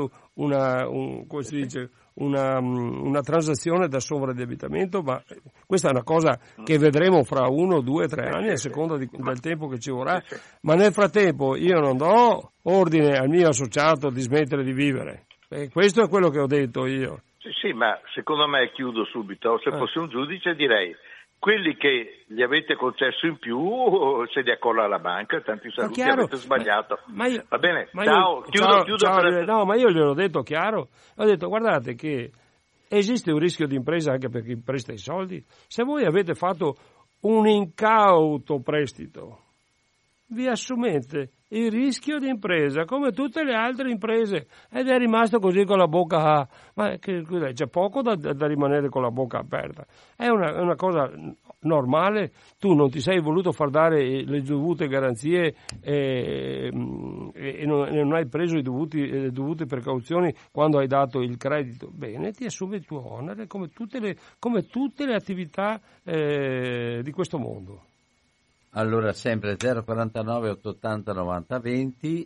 una transazione da sovraindebitamento, ma questa è una cosa che vedremo fra 1, 2, 3 anni a seconda del tempo che ci vorrà, ma nel frattempo io non do ordine al mio associato di smettere di vivere, questo è quello che ho detto io. Sì, ma secondo me, chiudo subito, se fossi un giudice direi: quelli che gli avete concesso in più se li accolla la banca, tanti saluti, avete sbagliato. Va bene, chiudo. No, ma io gliel'ho detto chiaro, ho detto: guardate che esiste un rischio di impresa anche per chi presta i soldi. Se voi avete fatto un incauto prestito, vi assumete il rischio di impresa come tutte le altre imprese, ed è rimasto così con la bocca, ma c'è poco da rimanere con la bocca aperta, è una cosa normale. Tu non ti sei voluto far dare le dovute garanzie e non hai preso le dovute precauzioni quando hai dato il credito, bene, ti assumi il tuo onere come tutte le attività di questo mondo. Allora, sempre 049 880 90 20,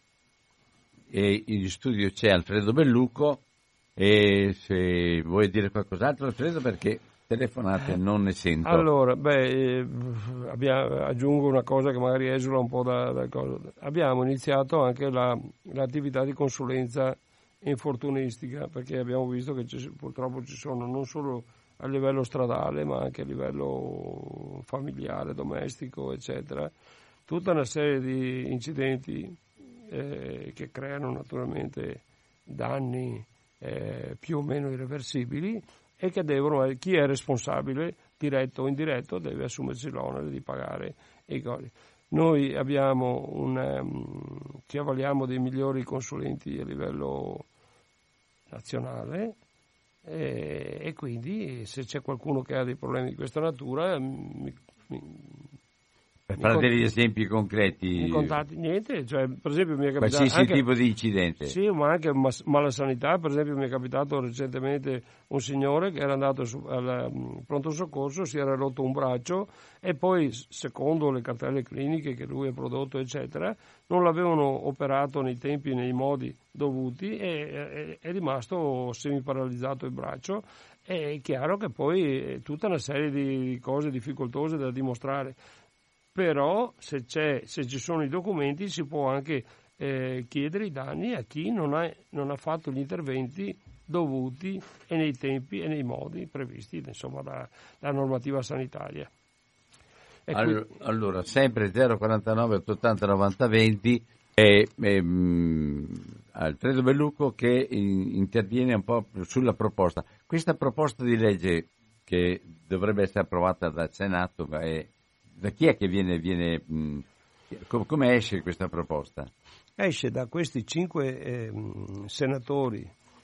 e in studio c'è Alfredo Belluco, e se vuoi dire qualcos'altro, Alfredo, perché telefonate non ne sento. Allora, aggiungo una cosa che magari esula un po' dal cosa. Abbiamo iniziato anche l'attività di consulenza infortunistica, perché abbiamo visto che purtroppo ci sono non solo a livello stradale ma anche a livello familiare, domestico, eccetera, tutta una serie di incidenti che creano naturalmente danni più o meno irreversibili e che chi è responsabile diretto o indiretto, deve assumersi l'onere di pagare i costi. Noi ci avvaliamo dei migliori consulenti a livello nazionale e quindi se c'è qualcuno che ha dei problemi di questa natura per fare degli esempi concreti. Mi contatti, niente, cioè, per esempio mi è capitato qualsiasi anche, tipo di incidente. Sì, ma anche mala sanità. Per esempio mi è capitato recentemente un signore che era andato al pronto soccorso, si era rotto un braccio e poi, secondo le cartelle cliniche che lui ha prodotto, eccetera, non l'avevano operato nei tempi e nei modi dovuti e è rimasto semiparalizzato il braccio. È chiaro che poi è tutta una serie di cose difficoltose da dimostrare. Però se ci sono i documenti si può anche chiedere i danni a chi non ha fatto gli interventi dovuti e nei tempi e nei modi previsti, insomma, dalla normativa sanitaria. Allora, sempre 049 880 90 20 è Alfredo Belluco che interviene un po' sulla proposta. Questa proposta di legge che dovrebbe essere approvata dal Senato da chi è che viene come esce questa proposta? Esce da questi 5 senatori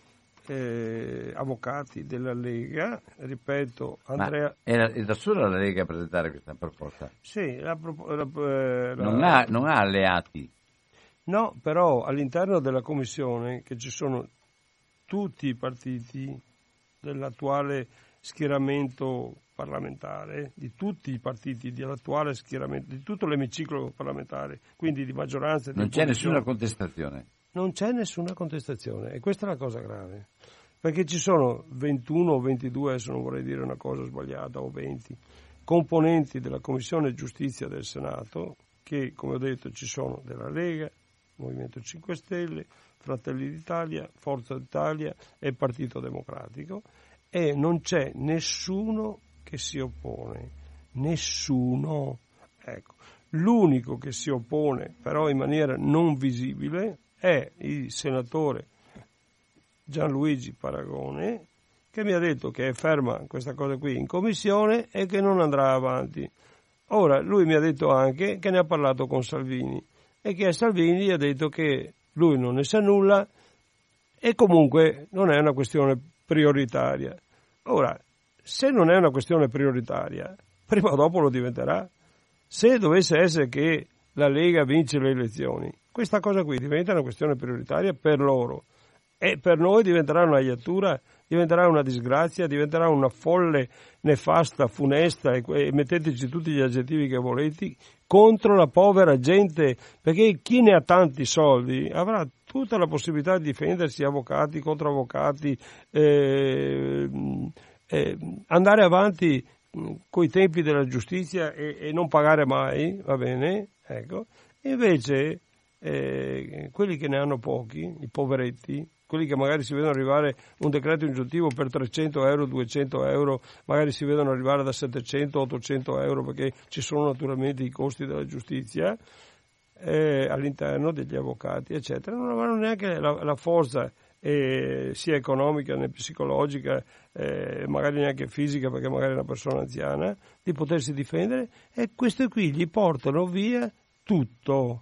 avvocati della Lega, ripeto, Andrea... Ma è da sola la Lega a presentare questa proposta? Sì, non ha alleati? No, però all'interno della Commissione, che ci sono tutti i partiti dell'attuale schieramento parlamentare, di tutti i partiti dell'attuale schieramento, di tutto l'emiciclo parlamentare, quindi di maggioranza e di opposizione. Non c'è nessuna contestazione? Non c'è nessuna contestazione e questa è la cosa grave, perché ci sono 21 o 22, adesso non vorrei dire una cosa sbagliata, o 20 componenti della Commissione Giustizia del Senato che, come ho detto, ci sono della Lega, Movimento 5 Stelle, Fratelli d'Italia, Forza d'Italia e Partito Democratico, e non c'è nessuno che si oppone, nessuno. Ecco. L'unico che si oppone, però in maniera non visibile, è il senatore Gianluigi Paragone, che mi ha detto che è ferma questa cosa qui in commissione e che non andrà avanti. Ora, lui mi ha detto anche che ne ha parlato con Salvini e che a Salvini gli ha detto che lui non ne sa nulla e comunque non è una questione prioritaria. Ora, se non è una questione prioritaria, prima o dopo lo diventerà. Se dovesse essere che la Lega vince le elezioni, questa cosa qui diventa una questione prioritaria per loro e per noi diventerà una iattura, diventerà una disgrazia, diventerà una folle, nefasta, funesta e metteteci tutti gli aggettivi che volete contro la povera gente, perché chi ne ha tanti soldi avrà tutta la possibilità di difendersi, avvocati, contro avvocati, andare avanti coi tempi della giustizia e non pagare mai, va bene, ecco. Invece quelli che ne hanno pochi, i poveretti, quelli che magari si vedono arrivare un decreto ingiuntivo per 300 euro, 200 euro, magari si vedono arrivare da 700, 800 euro, perché ci sono naturalmente i costi della giustizia all'interno degli avvocati, eccetera, non avranno neanche la forza sia economica né psicologica, magari neanche fisica, perché magari è una persona anziana, di potersi difendere, e questi qui gli portano via tutto,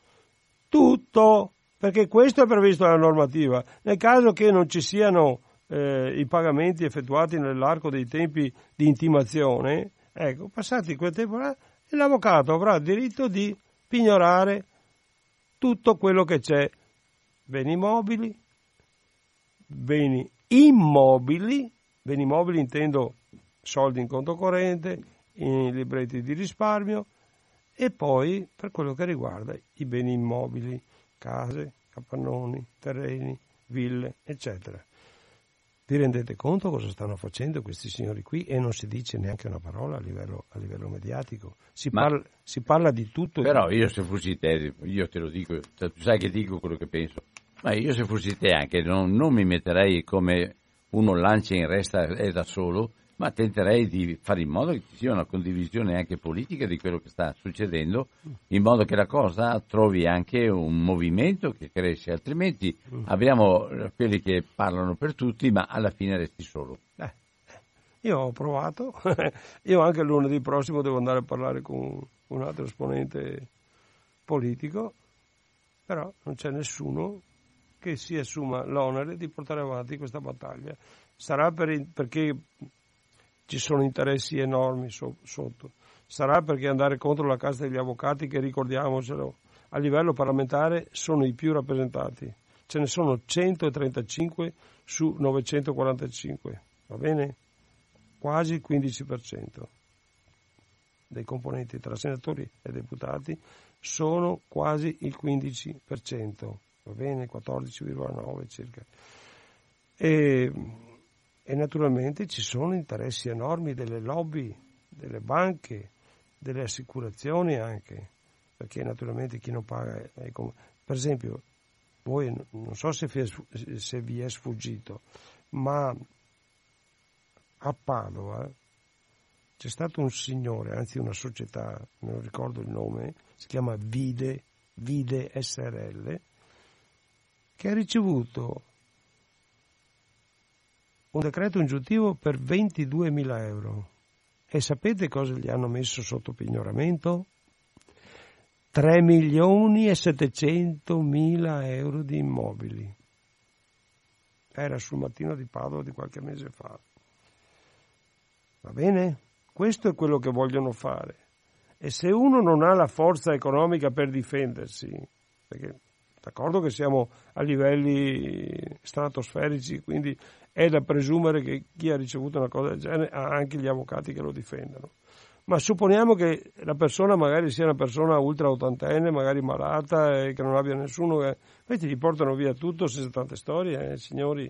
perché questo è previsto dalla normativa. Nel caso che non ci siano i pagamenti effettuati nell'arco dei tempi di intimazione, ecco, passati quel tempo là, l'avvocato avrà diritto di pignorare tutto quello che c'è, beni mobili, beni immobili intendo soldi in conto corrente, in libretti di risparmio, e poi per quello che riguarda i beni immobili, case, capannoni, terreni, ville, eccetera. Vi rendete conto cosa stanno facendo questi signori qui? E non si dice neanche una parola a livello mediatico. Si parla di tutto. Però io se fossi te, io te lo dico, tu sai che dico quello che penso. Ma io se fossi te anche non mi metterei come uno lancia in resta e da solo, ma tenterei di fare in modo che ci sia una condivisione anche politica di quello che sta succedendo, in modo che la cosa trovi anche un movimento che cresce, altrimenti abbiamo quelli che parlano per tutti, ma alla fine resti solo. Io ho provato, io anche lunedì prossimo devo andare a parlare con un altro esponente politico, però non c'è nessuno che si assuma l'onere di portare avanti questa battaglia. Sarà perché ci sono interessi enormi sotto, sarà perché andare contro la casta degli avvocati, che ricordiamocelo, a livello parlamentare sono i più rappresentati, ce ne sono 135 su 945, va bene? Quasi il 15% dei componenti tra senatori e deputati sono quasi il 15%, va bene? 14,9 circa. E naturalmente ci sono interessi enormi delle lobby, delle banche, delle assicurazioni anche, perché naturalmente chi non paga per esempio, voi non so se vi è sfuggito, ma a Padova c'è stato un signore, anzi una società, non ricordo il nome, si chiama Vide SRL, che ha ricevuto un decreto ingiuntivo per 22.000 euro. E sapete cosa gli hanno messo sotto pignoramento? 3.700.000 euro di immobili. Era sul Mattino di Padova di qualche mese fa. Va bene? Questo è quello che vogliono fare. E se uno non ha la forza economica per difendersi, perché d'accordo che siamo a livelli stratosferici, quindi è da presumere che chi ha ricevuto una cosa del genere ha anche gli avvocati che lo difendano. Ma supponiamo che la persona magari sia una persona ultra ottantenne, magari malata e che non abbia nessuno, questi gli portano via tutto senza tante storie, signori.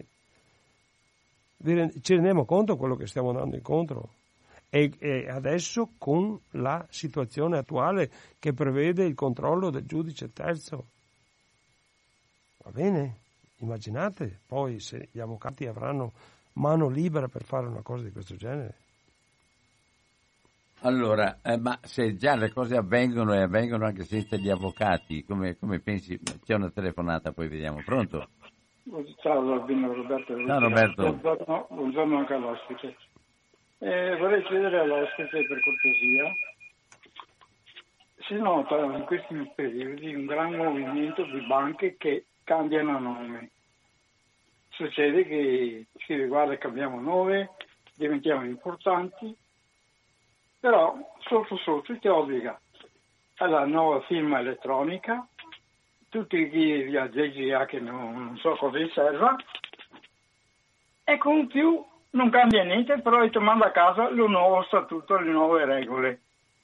Ci rendiamo conto di quello che stiamo andando incontro? E adesso con la situazione attuale che prevede il controllo del giudice terzo. Va bene? Immaginate poi se gli avvocati avranno mano libera per fare una cosa di questo genere. Allora, ma se già le cose avvengono e avvengono anche senza gli avvocati, come pensi? C'è una telefonata, poi vediamo. Pronto? Ciao Roberto. Ciao Roberto. Buongiorno anche all'ospite. Vorrei chiedere all'ospite per cortesia, si nota in questi periodi un gran movimento di banche che cambiano nome. Succede che si riguarda, cambiamo nome, diventiamo importanti, però sotto ti obbliga alla nuova firma elettronica, tutti chi viaggieggia che non so cosa gli serva, e con più non cambia niente, però ti manda a casa il nuovo statuto, le nuove regole.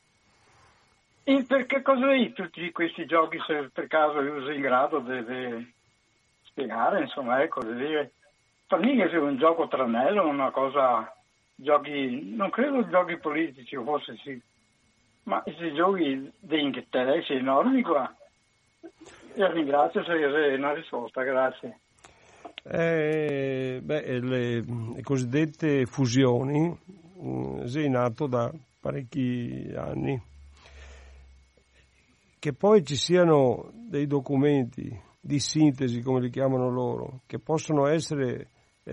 E perché cosa è tutti questi giochi, se per caso io sono in grado di spiegare, insomma, ecco, di dire, per me che sia un gioco tranello, una cosa, giochi, non credo giochi politici, o forse sì, ma questi giochi di interessi enormi qua. Io ringrazio se è una risposta, grazie. Le cosiddette fusioni è nato da parecchi anni. Che poi ci siano dei documenti di sintesi, come li chiamano loro, che possono essere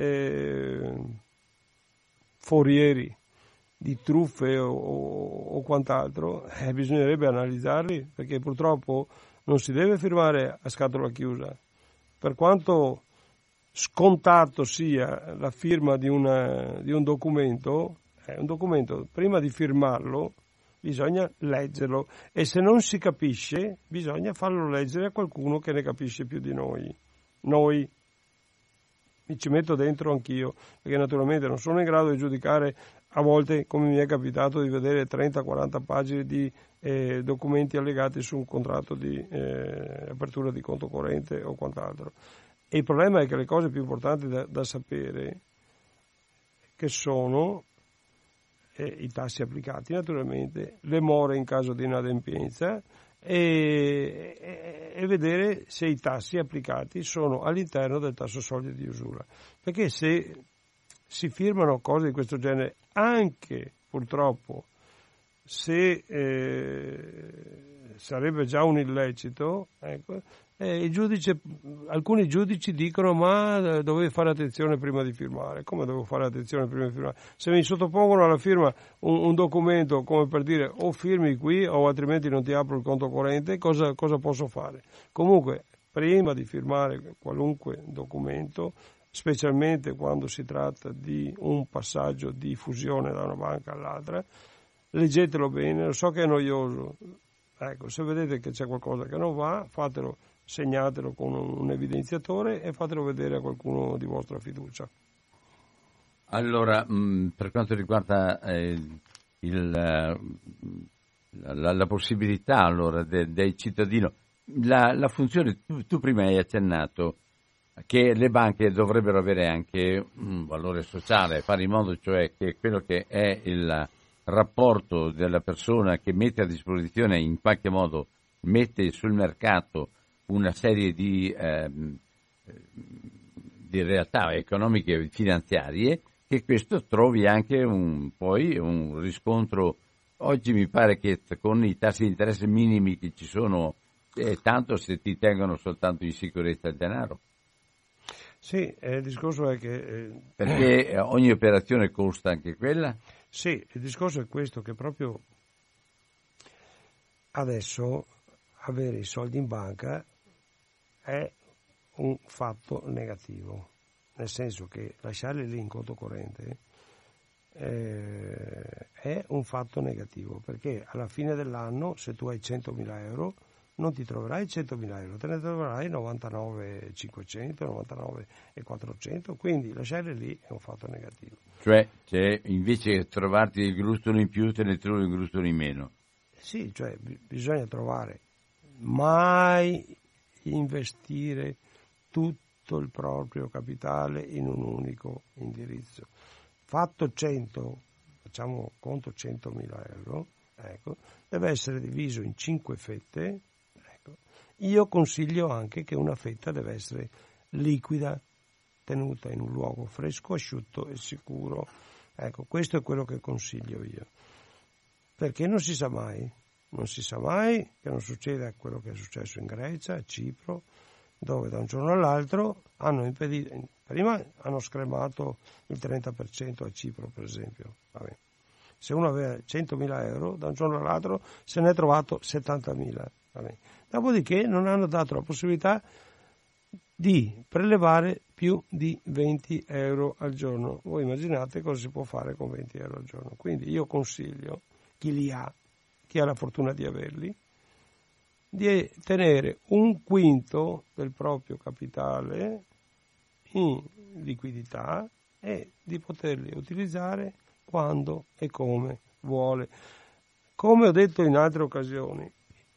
forieri di truffe o quant'altro, bisognerebbe analizzarli, perché purtroppo non si deve firmare a scatola chiusa. Per quanto scontato sia la firma di un documento, prima di firmarlo bisogna leggerlo, e se non si capisce bisogna farlo leggere a qualcuno che ne capisce più di noi. Mi ci metto dentro anch'io, perché naturalmente non sono in grado di giudicare, a volte come mi è capitato di vedere 30-40 pagine di documenti allegati su un contratto di apertura di conto corrente o quant'altro. E il problema è che le cose più importanti da sapere, che sono i tassi applicati naturalmente, le more in caso di inadempienza, e vedere se i tassi applicati sono all'interno del tasso soglia di usura, perché se si firmano cose di questo genere, anche purtroppo se sarebbe già un illecito, ecco, Alcuni giudici dicono ma dovevi fare attenzione prima di firmare. Come devo fare attenzione prima di firmare? Se mi sottopongono alla firma un documento come per dire o firmi qui o altrimenti non ti apro il conto corrente, cosa posso fare? Comunque, prima di firmare qualunque documento, specialmente quando si tratta di un passaggio di fusione da una banca all'altra, leggetelo bene. Lo so che è noioso, ecco, se vedete che c'è qualcosa che non va, fatelo, segnatelo con un evidenziatore e fatelo vedere a qualcuno di vostra fiducia. Allora, per quanto riguarda la possibilità allora del cittadino, la funzione, tu prima hai accennato che le banche dovrebbero avere anche un valore sociale, fare in modo cioè che quello che è il rapporto della persona che mette a disposizione, in qualche modo mette sul mercato una serie di realtà economiche e finanziarie, che questo trovi anche poi un riscontro. Oggi mi pare che con i tassi di interesse minimi che ci sono, tanto se ti tengono soltanto in sicurezza il denaro. Sì, il discorso è che... perché ogni operazione costa anche quella? Sì, il discorso è questo, che proprio adesso avere i soldi in banca è un fatto negativo, nel senso che lasciarli lì in conto corrente è un fatto negativo, perché alla fine dell'anno, se tu hai 100.000 euro, non ti troverai 100.000 euro, te ne troverai 99.500, 99.400, quindi lasciarli lì è un fatto negativo. Cioè, invece che trovarti il gruzzolo in più, te ne trovi il gruzzolo in meno. Sì, cioè bisogna trovare, mai investire tutto il proprio capitale in un unico indirizzo. Fatto 100, facciamo conto 100.000 euro, ecco, deve essere diviso in 5 fette. Ecco. Io consiglio anche che una fetta deve essere liquida, tenuta in un luogo fresco, asciutto e sicuro. Ecco, questo è quello che consiglio io. Perché non si sa mai che non succeda quello che è successo in Grecia, a Cipro, dove da un giorno all'altro hanno impedito, prima hanno scremato il 30% a Cipro, per esempio. Vabbè. Se uno aveva 100.000 euro, da un giorno all'altro se ne è trovato 70.000. Vabbè. Dopodiché non hanno dato la possibilità di prelevare più di 20 euro al giorno. Voi immaginate cosa si può fare con 20 euro al giorno. Quindi io consiglio chi ha la fortuna di averli, di tenere un quinto del proprio capitale in liquidità e di poterli utilizzare quando e come vuole. Come ho detto in altre occasioni,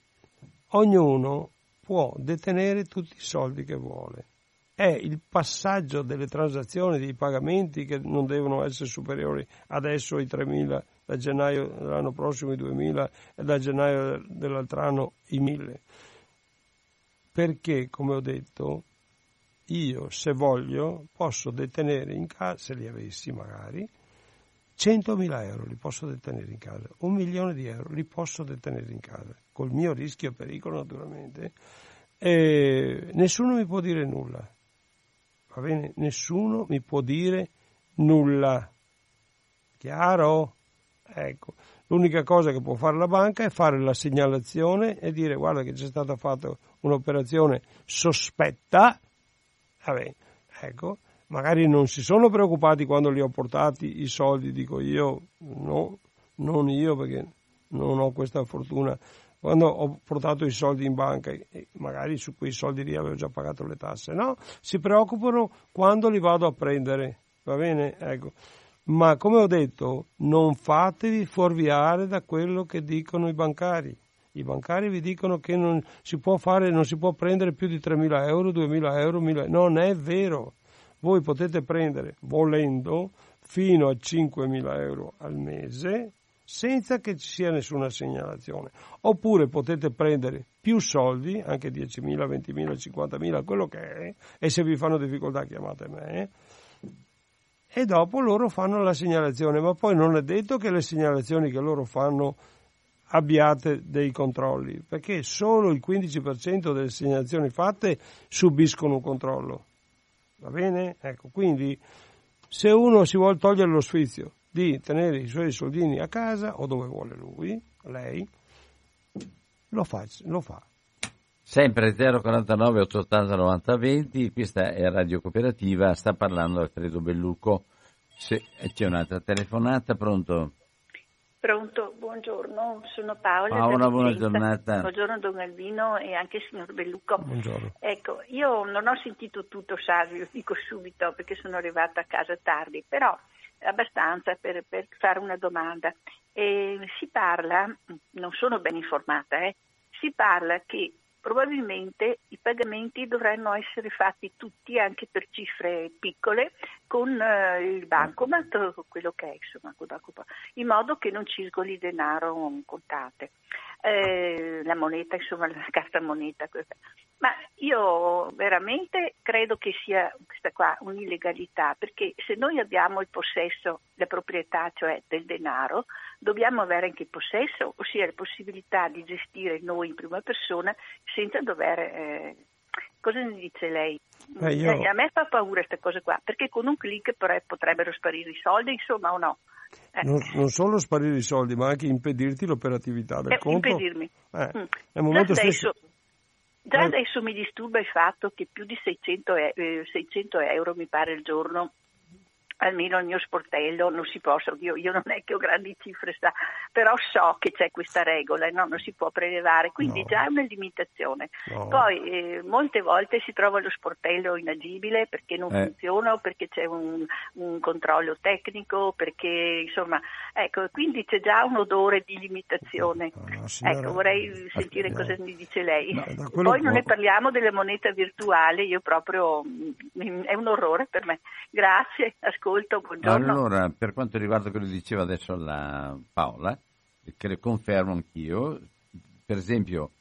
ognuno può detenere tutti i soldi che vuole. È il passaggio delle transazioni, dei pagamenti che non devono essere superiori adesso ai 3.000, da gennaio dell'anno prossimo i 2.000 e da gennaio dell'altro anno i 1.000. Perché, come ho detto, io se voglio posso detenere in casa, se li avessi magari, 100.000 euro li posso detenere in casa, 1 milione di euro li posso detenere in casa, col mio rischio e pericolo naturalmente, e nessuno mi può dire nulla, va bene? Nessuno mi può dire nulla, chiaro? Ecco, l'unica cosa che può fare la banca è fare la segnalazione e dire guarda che c'è stata fatta un'operazione sospetta, vabbè, ecco. Magari non si sono preoccupati quando li ho portati i soldi, dico io, no, non io perché non ho questa fortuna. Quando ho portato i soldi in banca, magari su quei soldi lì avevo già pagato le tasse, no? Si preoccupano quando li vado a prendere, va bene? Ecco. Ma come ho detto, non fatevi fuorviare da quello che dicono i bancari. I bancari vi dicono che non si può prendere più di 3.000 euro, 2.000 euro, 1.000 euro. Non è vero. Voi potete prendere, volendo, fino a 5.000 euro al mese senza che ci sia nessuna segnalazione. Oppure potete prendere più soldi, anche 10.000, 20.000, 50.000, quello che è, e se vi fanno difficoltà chiamate me, e dopo loro fanno la segnalazione. Ma poi non è detto che le segnalazioni che loro fanno abbiate dei controlli, perché solo il 15% delle segnalazioni fatte subiscono un controllo. Va bene? Ecco, quindi se uno si vuole togliere lo sfizio di tenere i suoi soldini a casa o dove vuole lui, lei, lo fa. Sempre 049 880 90 20, questa è Radio Cooperativa, sta parlando Alfredo Bellucco. C'è un'altra telefonata, pronto? Pronto, buongiorno, sono Paola. Paola, buona giornata. Buongiorno Don Albino e anche signor Bellucco. Buongiorno. Ecco, io non ho sentito tutto, Savio, dico subito perché sono arrivata a casa tardi, però abbastanza per fare una domanda. Si parla, non sono ben informata, si parla che probabilmente i pagamenti dovranno essere fatti tutti anche per cifre piccole con il bancomat, quello che è, insomma, in modo che non circoli denaro contate. La moneta, insomma, la carta moneta. Ma io veramente credo che sia questa qua un'illegalità, perché se noi abbiamo il possesso, la proprietà, cioè del denaro, dobbiamo avere anche il possesso, ossia la possibilità di gestire noi in prima persona senza dover... cosa ne dice lei? A me fa paura questa cosa qua, perché con un click potrebbero sparire i soldi, insomma, o no? Non solo sparire i soldi, ma anche impedirti l'operatività del conto. Impedirmi. Nel momento stesso... Già adesso mi disturba il fatto che più di 600 euro mi pare al giorno, almeno al mio sportello, non si possa, io non è che ho grandi cifre, però so che c'è questa regola, no? Non si può prelevare, quindi già è una limitazione. Poi molte volte si trova lo sportello inagibile perché non funziona, o perché c'è un controllo tecnico, perché insomma, ecco, quindi c'è già un odore di limitazione. Signora, ecco, vorrei sentire cosa mi dice lei. Poi non ne parliamo della moneta virtuale, io proprio è un orrore per me. Grazie, ascolto. Buongiorno. Allora, per quanto riguarda quello che diceva adesso la Paola, che le confermo anch'io, per esempio,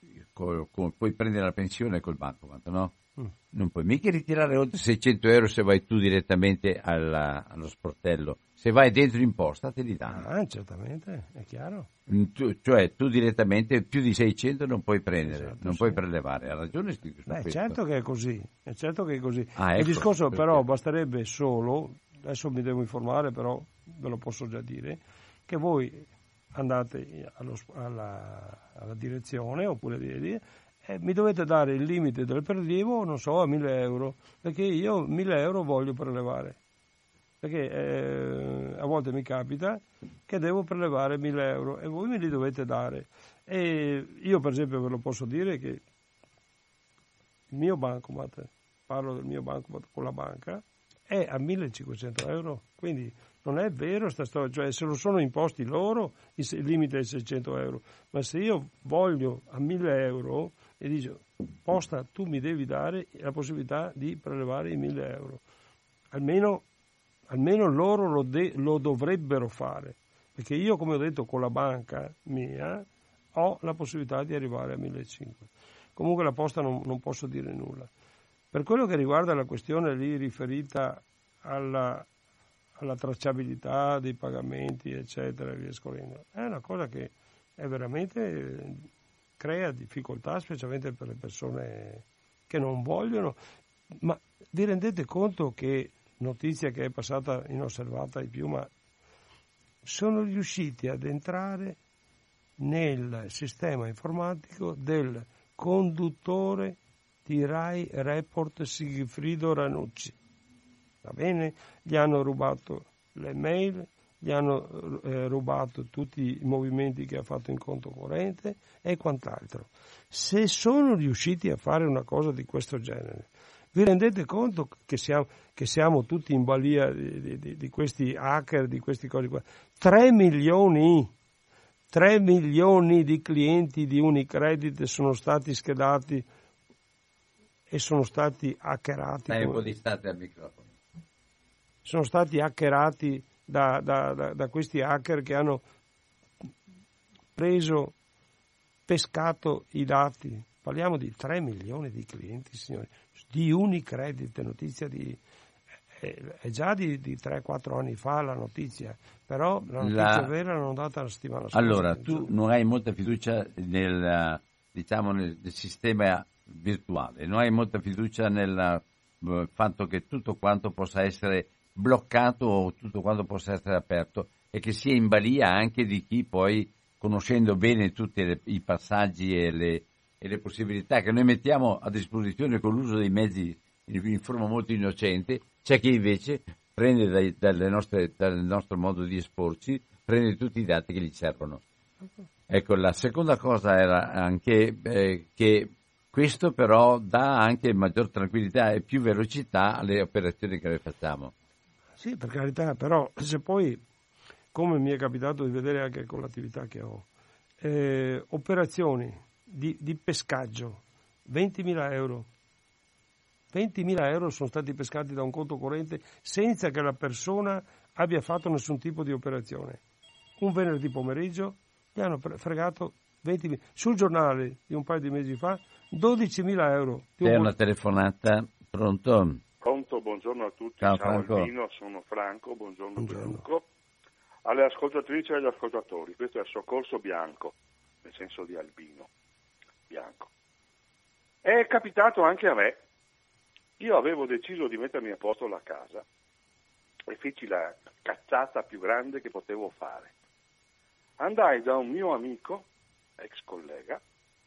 puoi prendere la pensione col bancomat, no? Non puoi mica ritirare oltre 600 euro se vai tu direttamente allo sportello. Se vai dentro in posta te li danno. Certamente, è chiaro. Tu direttamente più di 600 non puoi prendere, esatto, non puoi prelevare. Ha ragione scritto su questo. Certo che è così, Ecco, il discorso però basterebbe solo, adesso mi devo informare, però ve lo posso già dire, che voi andate alla direzione oppure mi dovete dare il limite del prelievo, non so, a 1.000 euro, perché io 1.000 euro voglio prelevare. Perché a volte mi capita che devo prelevare 1.000 euro e voi me li dovete dare. E io per esempio ve lo posso dire che il mio bancomat, parlo del mio bancomat con la banca, è a 1.500 euro, quindi non è vero sta storia, cioè se lo sono imposti loro il limite è 600 euro, ma se io voglio a 1.000 euro e dico posta tu mi devi dare la possibilità di prelevare i 1.000 euro, almeno loro lo dovrebbero fare, perché io, come ho detto, con la banca mia ho la possibilità di arrivare a 1.500. Comunque la posta non posso dire nulla. Per quello che riguarda la questione lì riferita alla tracciabilità dei pagamenti, eccetera, e via scorrendo, è una cosa che è veramente crea difficoltà, specialmente per le persone che non vogliono. Ma vi rendete conto che notizia che è passata inosservata ai più, ma sono riusciti ad entrare nel sistema informatico del conduttore di Rai Report Sigfrido Ranucci. Va bene? Gli hanno rubato le mail, gli hanno rubato tutti i movimenti che ha fatto in conto corrente e quant'altro. Se sono riusciti a fare una cosa di questo genere, vi rendete conto che siamo tutti in balia di questi hacker, di queste cose qua? 3 milioni di clienti di Unicredit sono stati schedati e sono stati hackerati. Dai un po' di state al microfono. Sono stati hackerati da questi hacker che hanno pescato i dati. Parliamo di 3 milioni di clienti, signori, di Unicredit, notizia di... È già di 3-4 anni fa la notizia, però la notizia vera l'hanno data la settimana scorsa. Allora, tu non hai molta fiducia nel sistema virtuale, non hai molta fiducia nel fatto che tutto quanto possa essere bloccato o tutto quanto possa essere aperto e che sia in balia anche di chi poi, conoscendo bene tutti i passaggi e le possibilità che noi mettiamo a disposizione con l'uso dei mezzi in forma molto innocente, c'è chi invece prende dal nostro modo di esporci, prende tutti i dati che gli servono. Ecco, la seconda cosa era anche che questo però dà anche maggior tranquillità e più velocità alle operazioni che noi facciamo. Sì, per carità, però se poi, come mi è capitato di vedere anche con l'attività che ho, operazioni di pescaggio, 20.000 euro. 20.000 euro sono stati pescati da un conto corrente senza che la persona abbia fatto nessun tipo di operazione. Un venerdì pomeriggio gli hanno fregato 20.000. Sul giornale di un paio di mesi fa 12.000 euro. C'è una telefonata, pronto? Pronto, buongiorno a tutti. Ciao Franco. Albino, sono Franco, buongiorno. Bellucco. Alle ascoltatrici e agli ascoltatori, questo è il soccorso bianco, nel senso di albino, bianco. È capitato anche a me. Io avevo deciso di mettermi a posto la casa e feci la cazzata più grande che potevo fare. Andai da un mio amico, ex collega,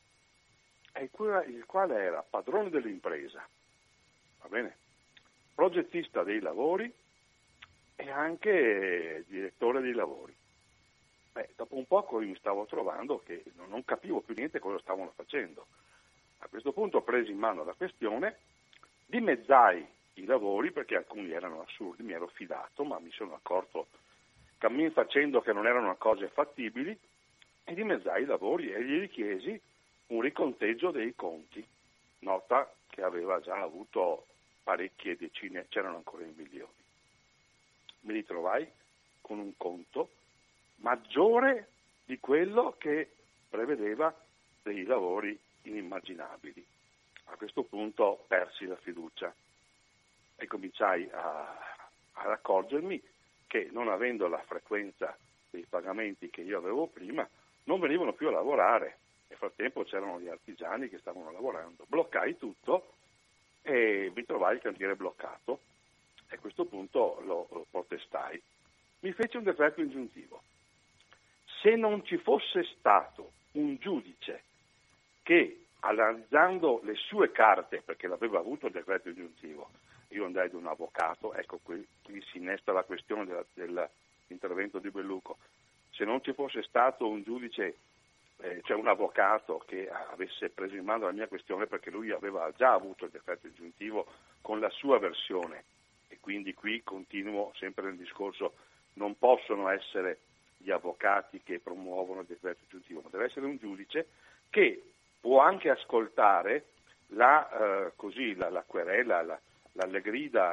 il quale era padrone dell'impresa, va bene? Progettista dei lavori e anche direttore dei lavori. Dopo un poco io mi stavo trovando che non capivo più niente cosa stavano facendo. A questo punto presi in mano la questione, dimezzai i lavori perché alcuni erano assurdi, mi ero fidato, ma mi sono accorto cammin facendo che non erano cose fattibili, e dimezzai i lavori e gli richiesi un riconteggio dei conti, nota che aveva già avuto parecchie decine, c'erano ancora in milioni. Mi ritrovai con un conto maggiore di quello che prevedeva dei lavori inimmaginabili. A questo punto persi la fiducia e cominciai ad accorgermi che, non avendo la frequenza dei pagamenti che io avevo prima, non venivano più a lavorare. Nel frattempo c'erano gli artigiani che stavano lavorando. Bloccai tutto e mi trovai il cantiere bloccato e a questo punto lo protestai. Mi fece un decreto ingiuntivo. Se non ci fosse stato un giudice che, analizzando le sue carte, perché l'aveva avuto il decreto ingiuntivo, io andai da un avvocato, ecco qui si innesta la questione dell'intervento di Bellucco. Se non ci fosse stato un giudice, cioè un avvocato che avesse preso in mano la mia questione, perché lui aveva già avuto il decreto ingiuntivo con la sua versione, e quindi qui continuo sempre nel discorso, non possono essere gli avvocati che promuovono il decreto ingiuntivo, ma deve essere un giudice che può anche ascoltare la querela, le grida,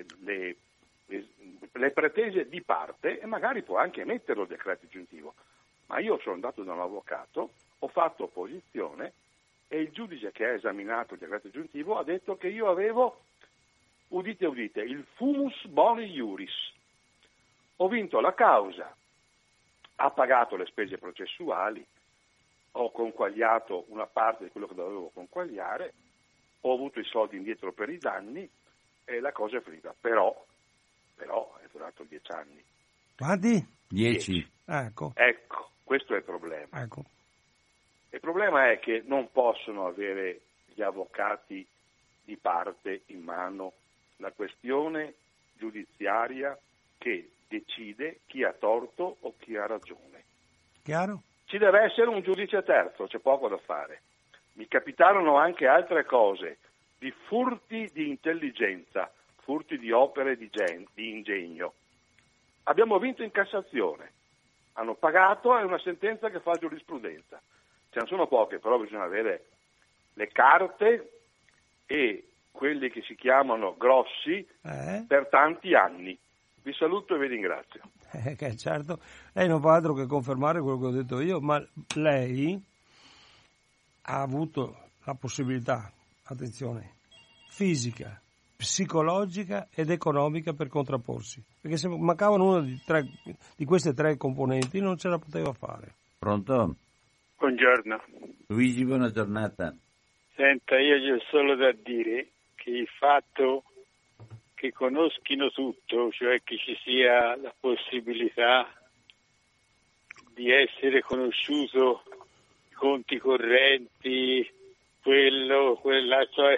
le pretese di parte, e magari può anche emettere il decreto ingiuntivo. Ma io sono andato da un avvocato, ho fatto opposizione e il giudice che ha esaminato il decreto ingiuntivo ha detto che io avevo, udite udite, il fumus boni iuris. Ho vinto la causa, ha pagato le spese processuali, ho conquagliato una parte di quello che dovevo conquagliare, ho avuto i soldi indietro per i danni e la cosa è finita. Però è durato 10 anni. Quanti? 10. Ecco, questo è il problema. Ecco. Il problema è che non possono avere gli avvocati di parte in mano la questione giudiziaria che decide chi ha torto o chi ha ragione. Chiaro? Ci deve essere un giudice terzo, c'è poco da fare. Mi capitarono anche altre cose, di furti di intelligenza, furti di opere di ingegno. Abbiamo vinto in Cassazione, hanno pagato, è una sentenza che fa giurisprudenza. Ce ne sono poche, però bisogna avere le carte e quelli che si chiamano grossi per tanti anni. Vi saluto e vi ringrazio. Che certo, lei non fa altro che confermare quello che ho detto io, ma lei ha avuto la possibilità, attenzione, fisica, psicologica ed economica per contrapporsi, perché se mancavano una di queste tre componenti non ce la poteva fare. Pronto? Buongiorno. Luigi, buona giornata. Senta, io ho solo da dire che il fatto che conoscano tutto, cioè che ci sia la possibilità di essere conosciuto i conti correnti, quella, cioè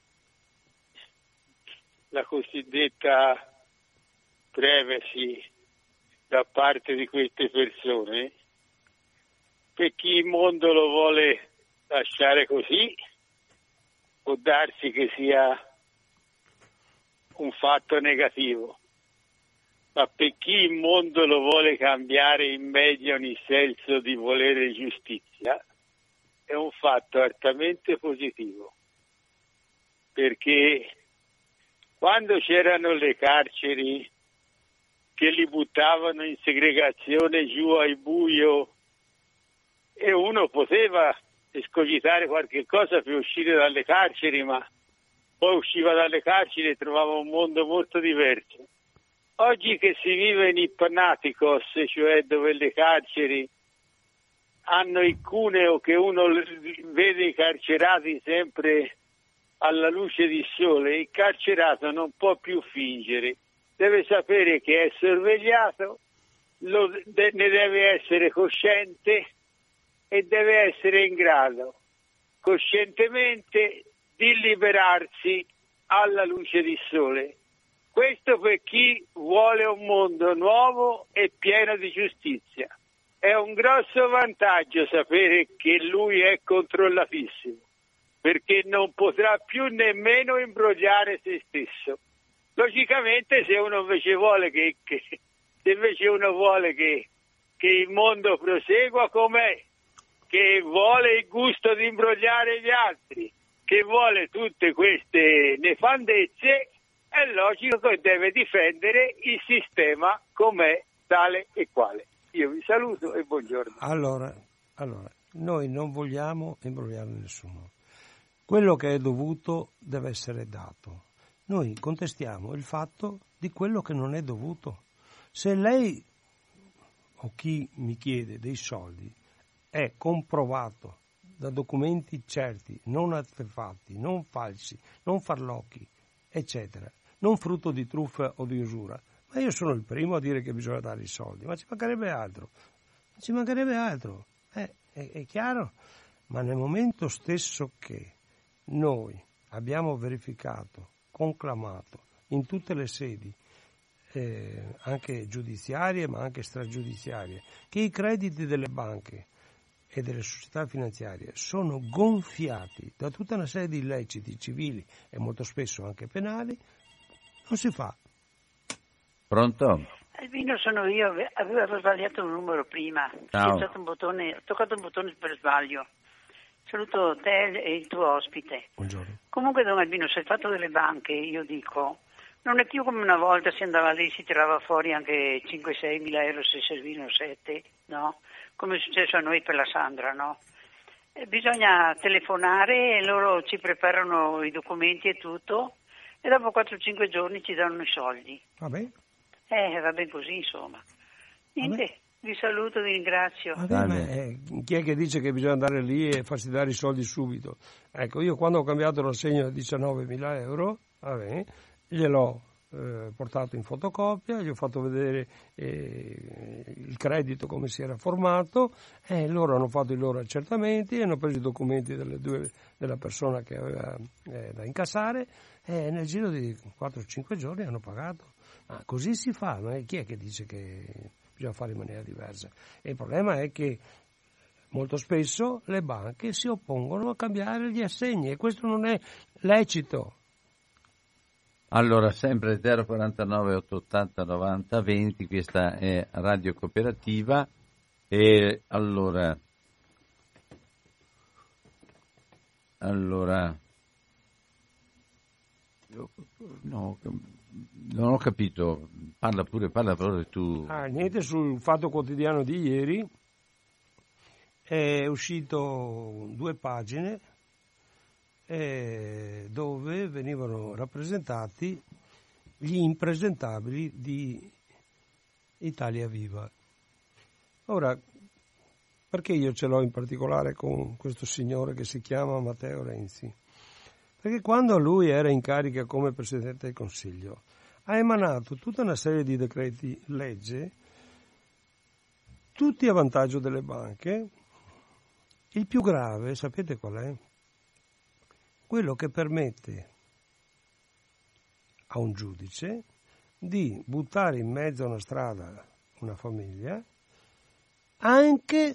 la cosiddetta privacy da parte di queste persone, per chi il mondo lo vuole lasciare così, può darsi che sia un fatto negativo, ma per chi il mondo lo vuole cambiare in meglio nel senso di volere giustizia, è un fatto altamente positivo, perché quando c'erano le carceri che li buttavano in segregazione giù al buio e uno poteva escogitare qualche cosa per uscire dalle carceri, ma poi usciva dalle carceri e trovava un mondo molto diverso. Oggi che si vive in Ipanatikos, cioè dove le carceri hanno il cuneo che uno vede i carcerati sempre alla luce di sole, il carcerato non può più fingere, deve sapere che è sorvegliato, ne deve essere cosciente e deve essere in grado coscientemente di liberarsi alla luce di sole. Questo per chi vuole un mondo nuovo e pieno di giustizia. È un grosso vantaggio sapere che lui è controllatissimo, perché non potrà più nemmeno imbrogliare se stesso. Logicamente se uno invece vuole che il mondo prosegua com'è, che vuole il gusto di imbrogliare gli altri, che vuole tutte queste nefandezze, è logico che deve difendere il sistema com'è, tale e quale. Io vi saluto e buongiorno. Allora, noi non vogliamo imbrogliare nessuno. Quello che è dovuto deve essere dato. Noi contestiamo il fatto di quello che non è dovuto. Se lei o chi mi chiede dei soldi è comprovato da documenti certi, non artefatti, non falsi, non farlocchi, eccetera, non frutto di truffa o di usura, ma io sono il primo a dire che bisogna dare i soldi, ma ci mancherebbe altro, è chiaro, ma nel momento stesso che noi abbiamo verificato, conclamato in tutte le sedi, anche giudiziarie ma anche stragiudiziarie, che i crediti delle banche e delle società finanziarie sono gonfiati da tutta una serie di illeciti civili e molto spesso anche penali, non si fa. Pronto? Albino, sono io, avevo sbagliato un numero prima. Ciao. Ho toccato un bottone per sbaglio. Saluto te e il tuo ospite. Buongiorno. Comunque, Don Albino, se il fatto delle banche, io dico, non è più come una volta, si andava lì, si tirava fuori anche 5-6 mila euro se servivano 7, no? Come è successo a noi per la Sandra, no? Bisogna telefonare e loro ci preparano i documenti e tutto e dopo 4-5 giorni ci danno i soldi. Va bene. Va bene così, insomma. Niente, vi saluto, vi ringrazio. Chi è che dice che bisogna andare lì e farsi dare i soldi subito? Ecco, io quando ho cambiato l'assegno da 19.000 euro, gliel'ho portato in fotocopia, gli ho fatto vedere il credito come si era formato, loro hanno fatto i loro accertamenti, hanno preso i documenti della persona che aveva da incassare e nel giro di 4-5 giorni hanno pagato. Così si fa, ma chi è che dice che bisogna fare in maniera diversa? E il problema è che molto spesso le banche si oppongono a cambiare gli assegni e questo non è lecito. Allora, sempre 049 880 90 20, questa è Radio Cooperativa e allora no, non ho capito, parla pure tu. Niente, sul Fatto Quotidiano di ieri è uscito 2 pagine dove venivano rappresentati gli impresentabili di Italia Viva. Ora, perché io ce l'ho in particolare con questo signore che si chiama Matteo Renzi? Perché quando lui era in carica come Presidente del Consiglio ha emanato tutta una serie di decreti legge, tutti a vantaggio delle banche. Il più grave, sapete qual è? Quello che permette a un giudice di buttare in mezzo a una strada una famiglia anche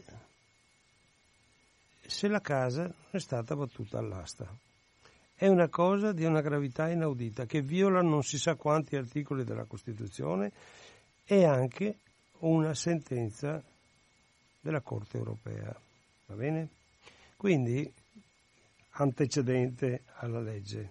se la casa non è stata battuta all'asta. È una cosa di una gravità inaudita che viola non si sa quanti articoli della Costituzione e anche una sentenza della Corte europea. Va bene? Quindi antecedente alla legge,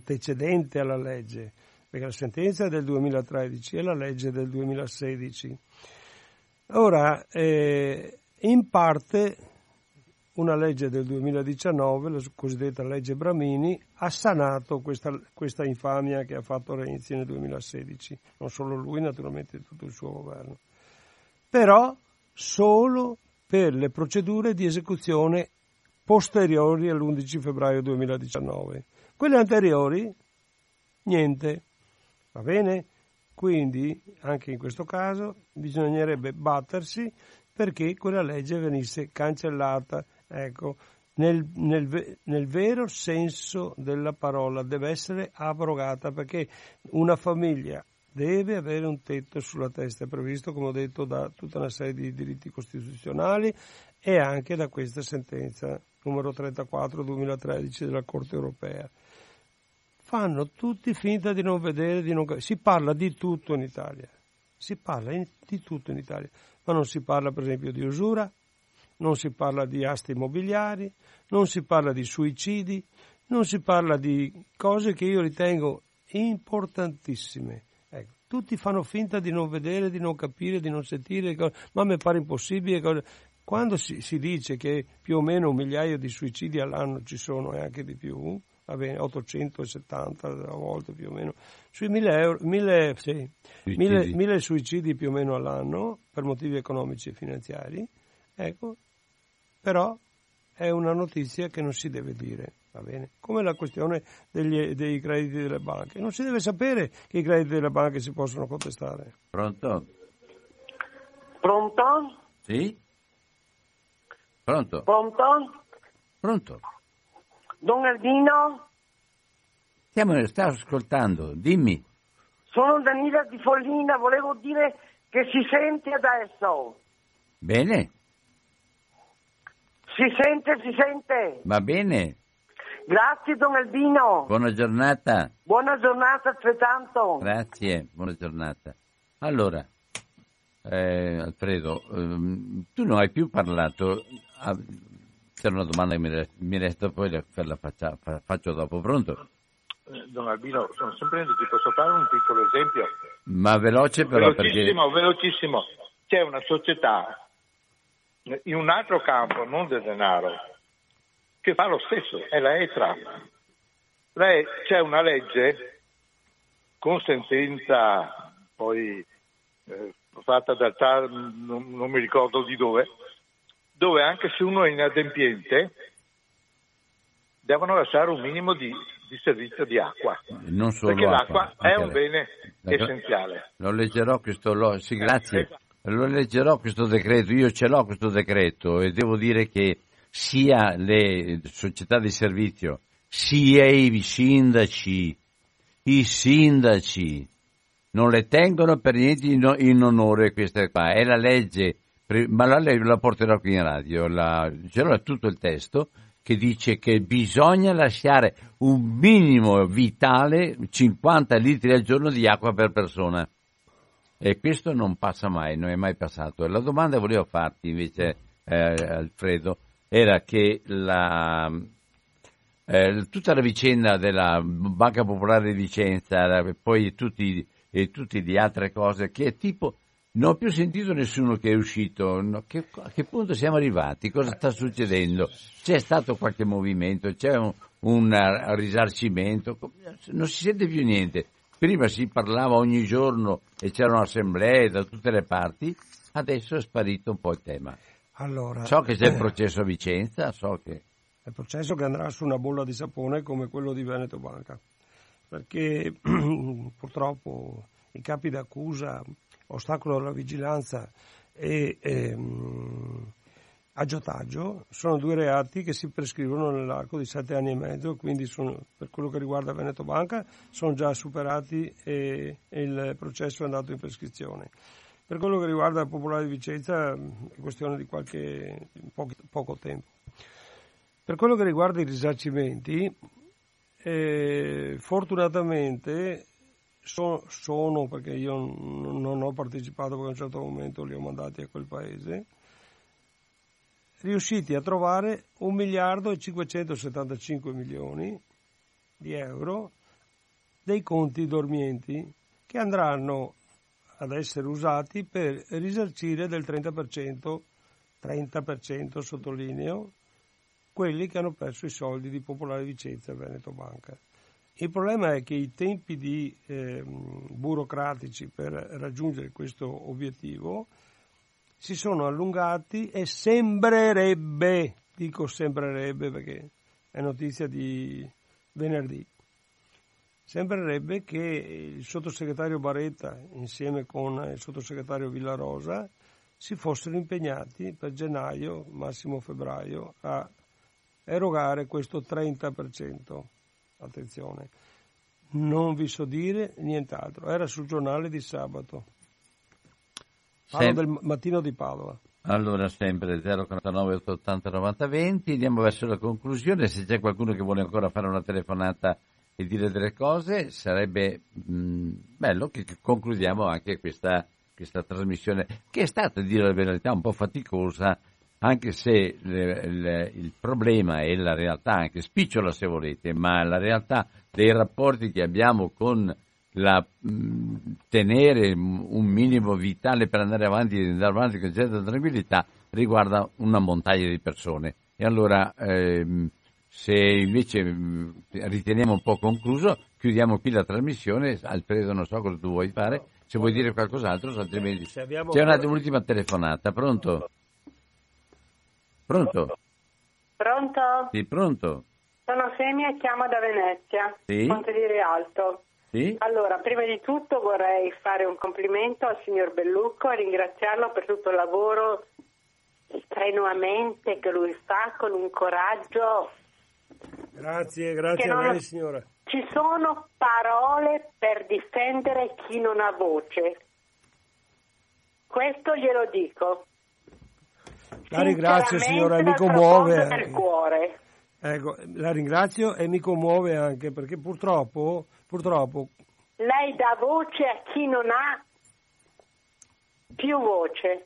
perché la sentenza è del 2013 e la legge è del 2016. Ora, in parte una legge del 2019, la cosiddetta legge Bramini, ha sanato questa infamia che ha fatto Renzi nel 2016, non solo lui, naturalmente tutto il suo governo, però solo per le procedure di esecuzione posteriori all'11 febbraio 2019. Quelle anteriori, niente. Va bene? Quindi, anche in questo caso, bisognerebbe battersi perché quella legge venisse cancellata. Ecco, nel vero senso della parola, deve essere abrogata, perché una famiglia deve avere un tetto sulla testa, è previsto, come ho detto, da tutta una serie di diritti costituzionali e anche da questa sentenza numero 34 2013 della Corte europea. Fanno tutti finta di non vedere, si parla di tutto in Italia, ma non si parla per esempio di usura, non si parla di aste immobiliari, non si parla di suicidi, non si parla di cose che io ritengo importantissime. Ecco, tutti fanno finta di non vedere, di non capire, di non sentire, ma mi pare impossibile. Quando si dice che più o meno 1 migliaio di suicidi all'anno ci sono e anche di più, va bene, 870 a volte più o meno, sui 1000 suicidi più o meno all'anno per motivi economici e finanziari, ecco, però è una notizia che non si deve dire, va bene? Come la questione dei crediti delle banche, non si deve sapere che i crediti delle banche si possono contestare. Pronto? Pronto? Sì? Pronto? Pronto? Pronto? Don Albino? Sta ascoltando, dimmi. Sono Danila di Follina, volevo dire che si sente adesso. Bene. Si sente. Va bene. Grazie Don Albino. Buona giornata. Buona giornata altrettanto. Grazie, buona giornata. Allora, Alfredo, tu non hai più parlato. C'era una domanda che mi resta, poi la faccio dopo. Pronto? Don Albino, sono sempre ti posso fare un piccolo esempio? Ma veloce però, velocissimo. C'è una società in un altro campo, non del denaro, che fa lo stesso, è la ETRA. C'è una legge con sentenza poi fatta dal TAR, non mi ricordo di dove anche se uno è inadempiente devono lasciare un minimo di servizio di acqua, non solo perché l'acqua è un lei. bene essenziale. Lo leggerò sì, grazie. Lo leggerò questo decreto, io ce l'ho questo decreto e devo dire che sia le società di servizio sia i sindaci non le tengono per niente in onore queste qua. È la legge, ma la porterò qui in radio, c'era tutto il testo che dice che bisogna lasciare un minimo vitale 50 litri al giorno di acqua per persona. E questo non passa mai, non è mai passato. E la domanda che volevo farti invece, Alfredo, era che tutta la vicenda della Banca Popolare di Vicenza, poi tutti di altre cose, che è tipo, non ho più sentito nessuno che è uscito. A che punto siamo arrivati? Cosa sta succedendo? C'è stato qualche movimento? C'è un risarcimento, non si sente più niente. Prima si parlava ogni giorno e c'erano assemblee da tutte le parti, adesso è sparito un po' il tema. Allora, so che c'è il processo a Vicenza, so che... È il processo che andrà su una bolla di sapone come quello di Veneto Banca, perché purtroppo i capi d'accusa, ostacolo alla vigilanza e aggiotaggio sono 2 reati che si prescrivono nell'arco di 7 anni e mezzo, quindi per quello che riguarda Veneto Banca sono già superati e il processo è andato in prescrizione. Per quello che riguarda il Popolare di Vicenza è questione di poco tempo. Per quello che riguarda i risarcimenti, fortunatamente sono, perché io non ho partecipato perché a un certo momento li ho mandati a quel paese, riusciti a trovare 1.575.000.000 di euro dei conti dormienti che andranno ad essere usati per risarcire del 30% sottolineo, quelli che hanno perso i soldi di Popolare Vicenza e Veneto Banca. Il problema è che i tempi burocratici per raggiungere questo obiettivo si sono allungati e sembrerebbe, dico sembrerebbe perché è notizia di venerdì, sembrerebbe che il sottosegretario Baretta insieme con il sottosegretario Villarosa si fossero impegnati per gennaio, massimo febbraio, a erogare questo 30%. Attenzione, non vi so dire nient'altro, era sul giornale di sabato. Parlo del Mattino di Padova. Allora, sempre 049 880 90 20, andiamo verso la conclusione. Se c'è qualcuno che vuole ancora fare una telefonata e dire delle cose, sarebbe bello che concludiamo anche questa trasmissione, che è stata, a dire la verità, un po' faticosa, anche se il problema è la realtà, anche spicciola se volete, ma la realtà dei rapporti che abbiamo con tenere un minimo vitale per andare avanti con certa tranquillità riguarda una montagna di persone. E allora se invece riteniamo un po' concluso, chiudiamo qui la trasmissione. Alfredo, non so cosa tu vuoi fare, se vuoi dire qualcos'altro, altrimenti c'è un'ultima telefonata. Pronto? Pronto? Sì, pronto. Sono Semia e chiamo da Venezia, sì? Ponte di Rialto. Sì? Allora, prima di tutto vorrei fare un complimento al signor Bellucco e ringraziarlo per tutto il lavoro strenuamente che lui fa con un coraggio. Grazie a lei, signora. Ci sono parole per difendere chi non ha voce. Questo glielo dico. La ringrazio, signora, e mi commuove. Del cuore. Ecco, la ringrazio e mi commuove anche perché purtroppo lei dà voce a chi non ha più voce.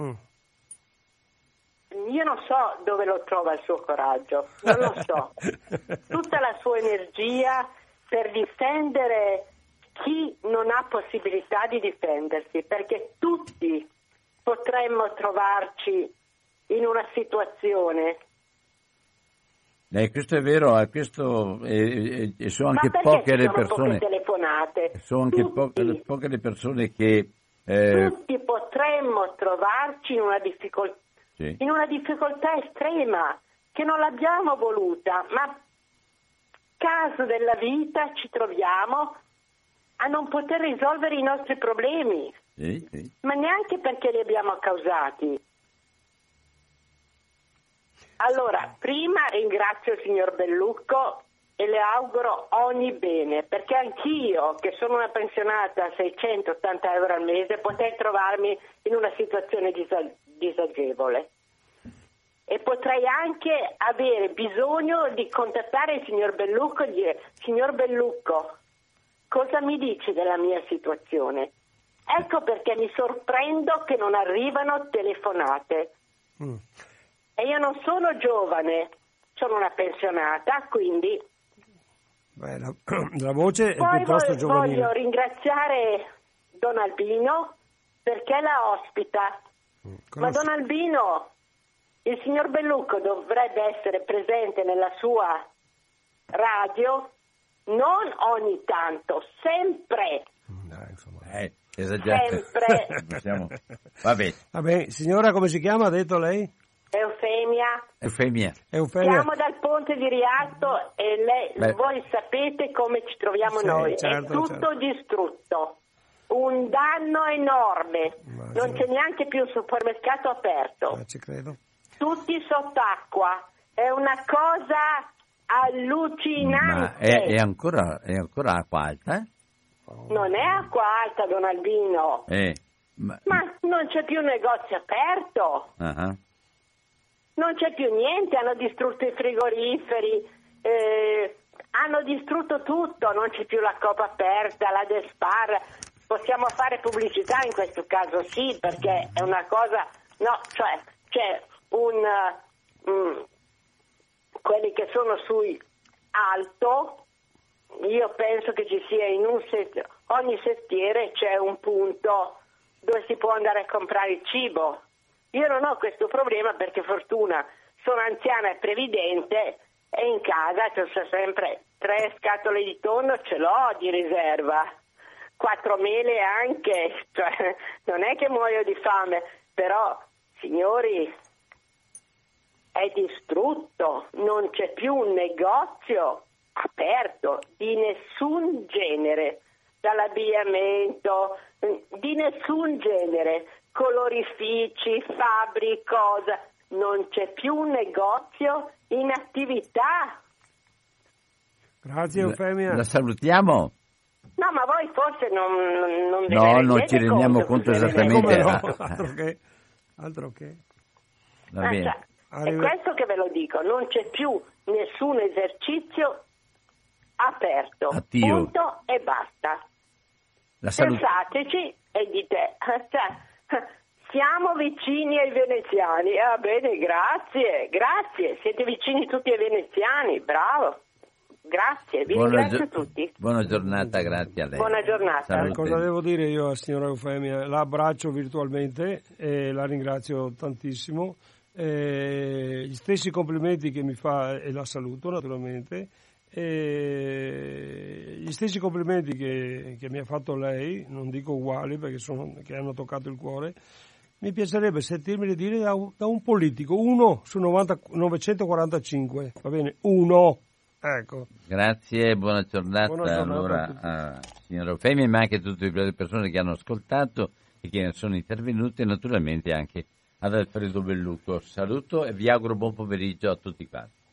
Io non so dove lo trova il suo coraggio, non lo so. Tutta la sua energia per difendere chi non ha possibilità di difendersi, perché tutti potremmo trovarci in una situazione. Questo è vero, sono anche poche le persone. Poche telefonate. Sono anche poche le persone che. Tutti potremmo trovarci in una difficoltà. Sì. In una difficoltà estrema che non l'abbiamo voluta, ma caso della vita ci troviamo a non poter risolvere i nostri problemi, sì. Ma neanche perché li abbiamo causati. Allora, prima ringrazio il signor Bellucco e le auguro ogni bene, perché anch'io, che sono una pensionata a 680 euro al mese, potrei trovarmi in una situazione disagevole e potrei anche avere bisogno di contattare il signor Bellucco e dire: signor Bellucco, cosa mi dici della mia situazione? Ecco perché mi sorprendo che non arrivano telefonate. E io non sono giovane, sono una pensionata, quindi... la voce è piuttosto giovanile. Voglio ringraziare Don Albino perché la ospita. Ma Don Albino, il signor Bellucco dovrebbe essere presente nella sua radio, non ogni tanto, sempre. Esagerato. Sempre. Vabbè, signora, come si chiama, ha detto lei? Eufemia. Siamo dal ponte di Rialto e voi sapete come ci troviamo noi, certo, è tutto distrutto, un danno enorme, non c'è neanche più un supermercato aperto, ci credo. Tutti sott'acqua, è una cosa allucinante. Ma è ancora acqua alta? Non è acqua alta, Don Albino, ma non c'è più un negozio aperto. Uh-huh. Non c'è più niente, hanno distrutto i frigoriferi, hanno distrutto tutto, non c'è più la Coop aperta, la Despar. Possiamo fare pubblicità in questo caso, sì, perché è una cosa, no, cioè c'è quelli che sono sui alto, io penso che ci sia in ogni sestiere c'è un punto dove si può andare a comprare il cibo. Io non ho questo problema perché fortuna sono anziana e previdente e in casa c'ho sempre 3 scatole di tonno, ce l'ho di riserva, 4 mele anche, cioè non è che muoio di fame, però signori è distrutto, non c'è più un negozio aperto di nessun genere, dall'abbigliamento, di nessun genere, colorifici, fabbri, cosa, non c'è più un negozio in attività. Grazie Eufemia. La salutiamo? No, ma voi forse non ve No, ne non ci rendiamo conto esattamente. Altro che. Va bene. È questo che ve lo dico, non c'è più nessun esercizio aperto, Addio. punto e basta. Pensateci e dite, siamo vicini ai veneziani. Ah bene, grazie, siete vicini tutti ai veneziani, bravo, grazie, vi ringrazio tutti. Buona giornata, grazie a lei. Buona giornata. Cosa devo dire io a signora Eufemia? La abbraccio virtualmente e la ringrazio tantissimo. Gli stessi complimenti che mi fa e la saluto naturalmente. Gli stessi complimenti che mi ha fatto lei, non dico uguali perché che hanno toccato il cuore, mi piacerebbe sentirmeli dire da un politico, uno su 945, va bene, uno, ecco. Grazie, buona giornata allora a signora Eufemia, ma anche a tutte le persone che hanno ascoltato e che sono intervenute, e naturalmente anche ad Alfredo Bellucco. Saluto e vi auguro buon pomeriggio a tutti quanti.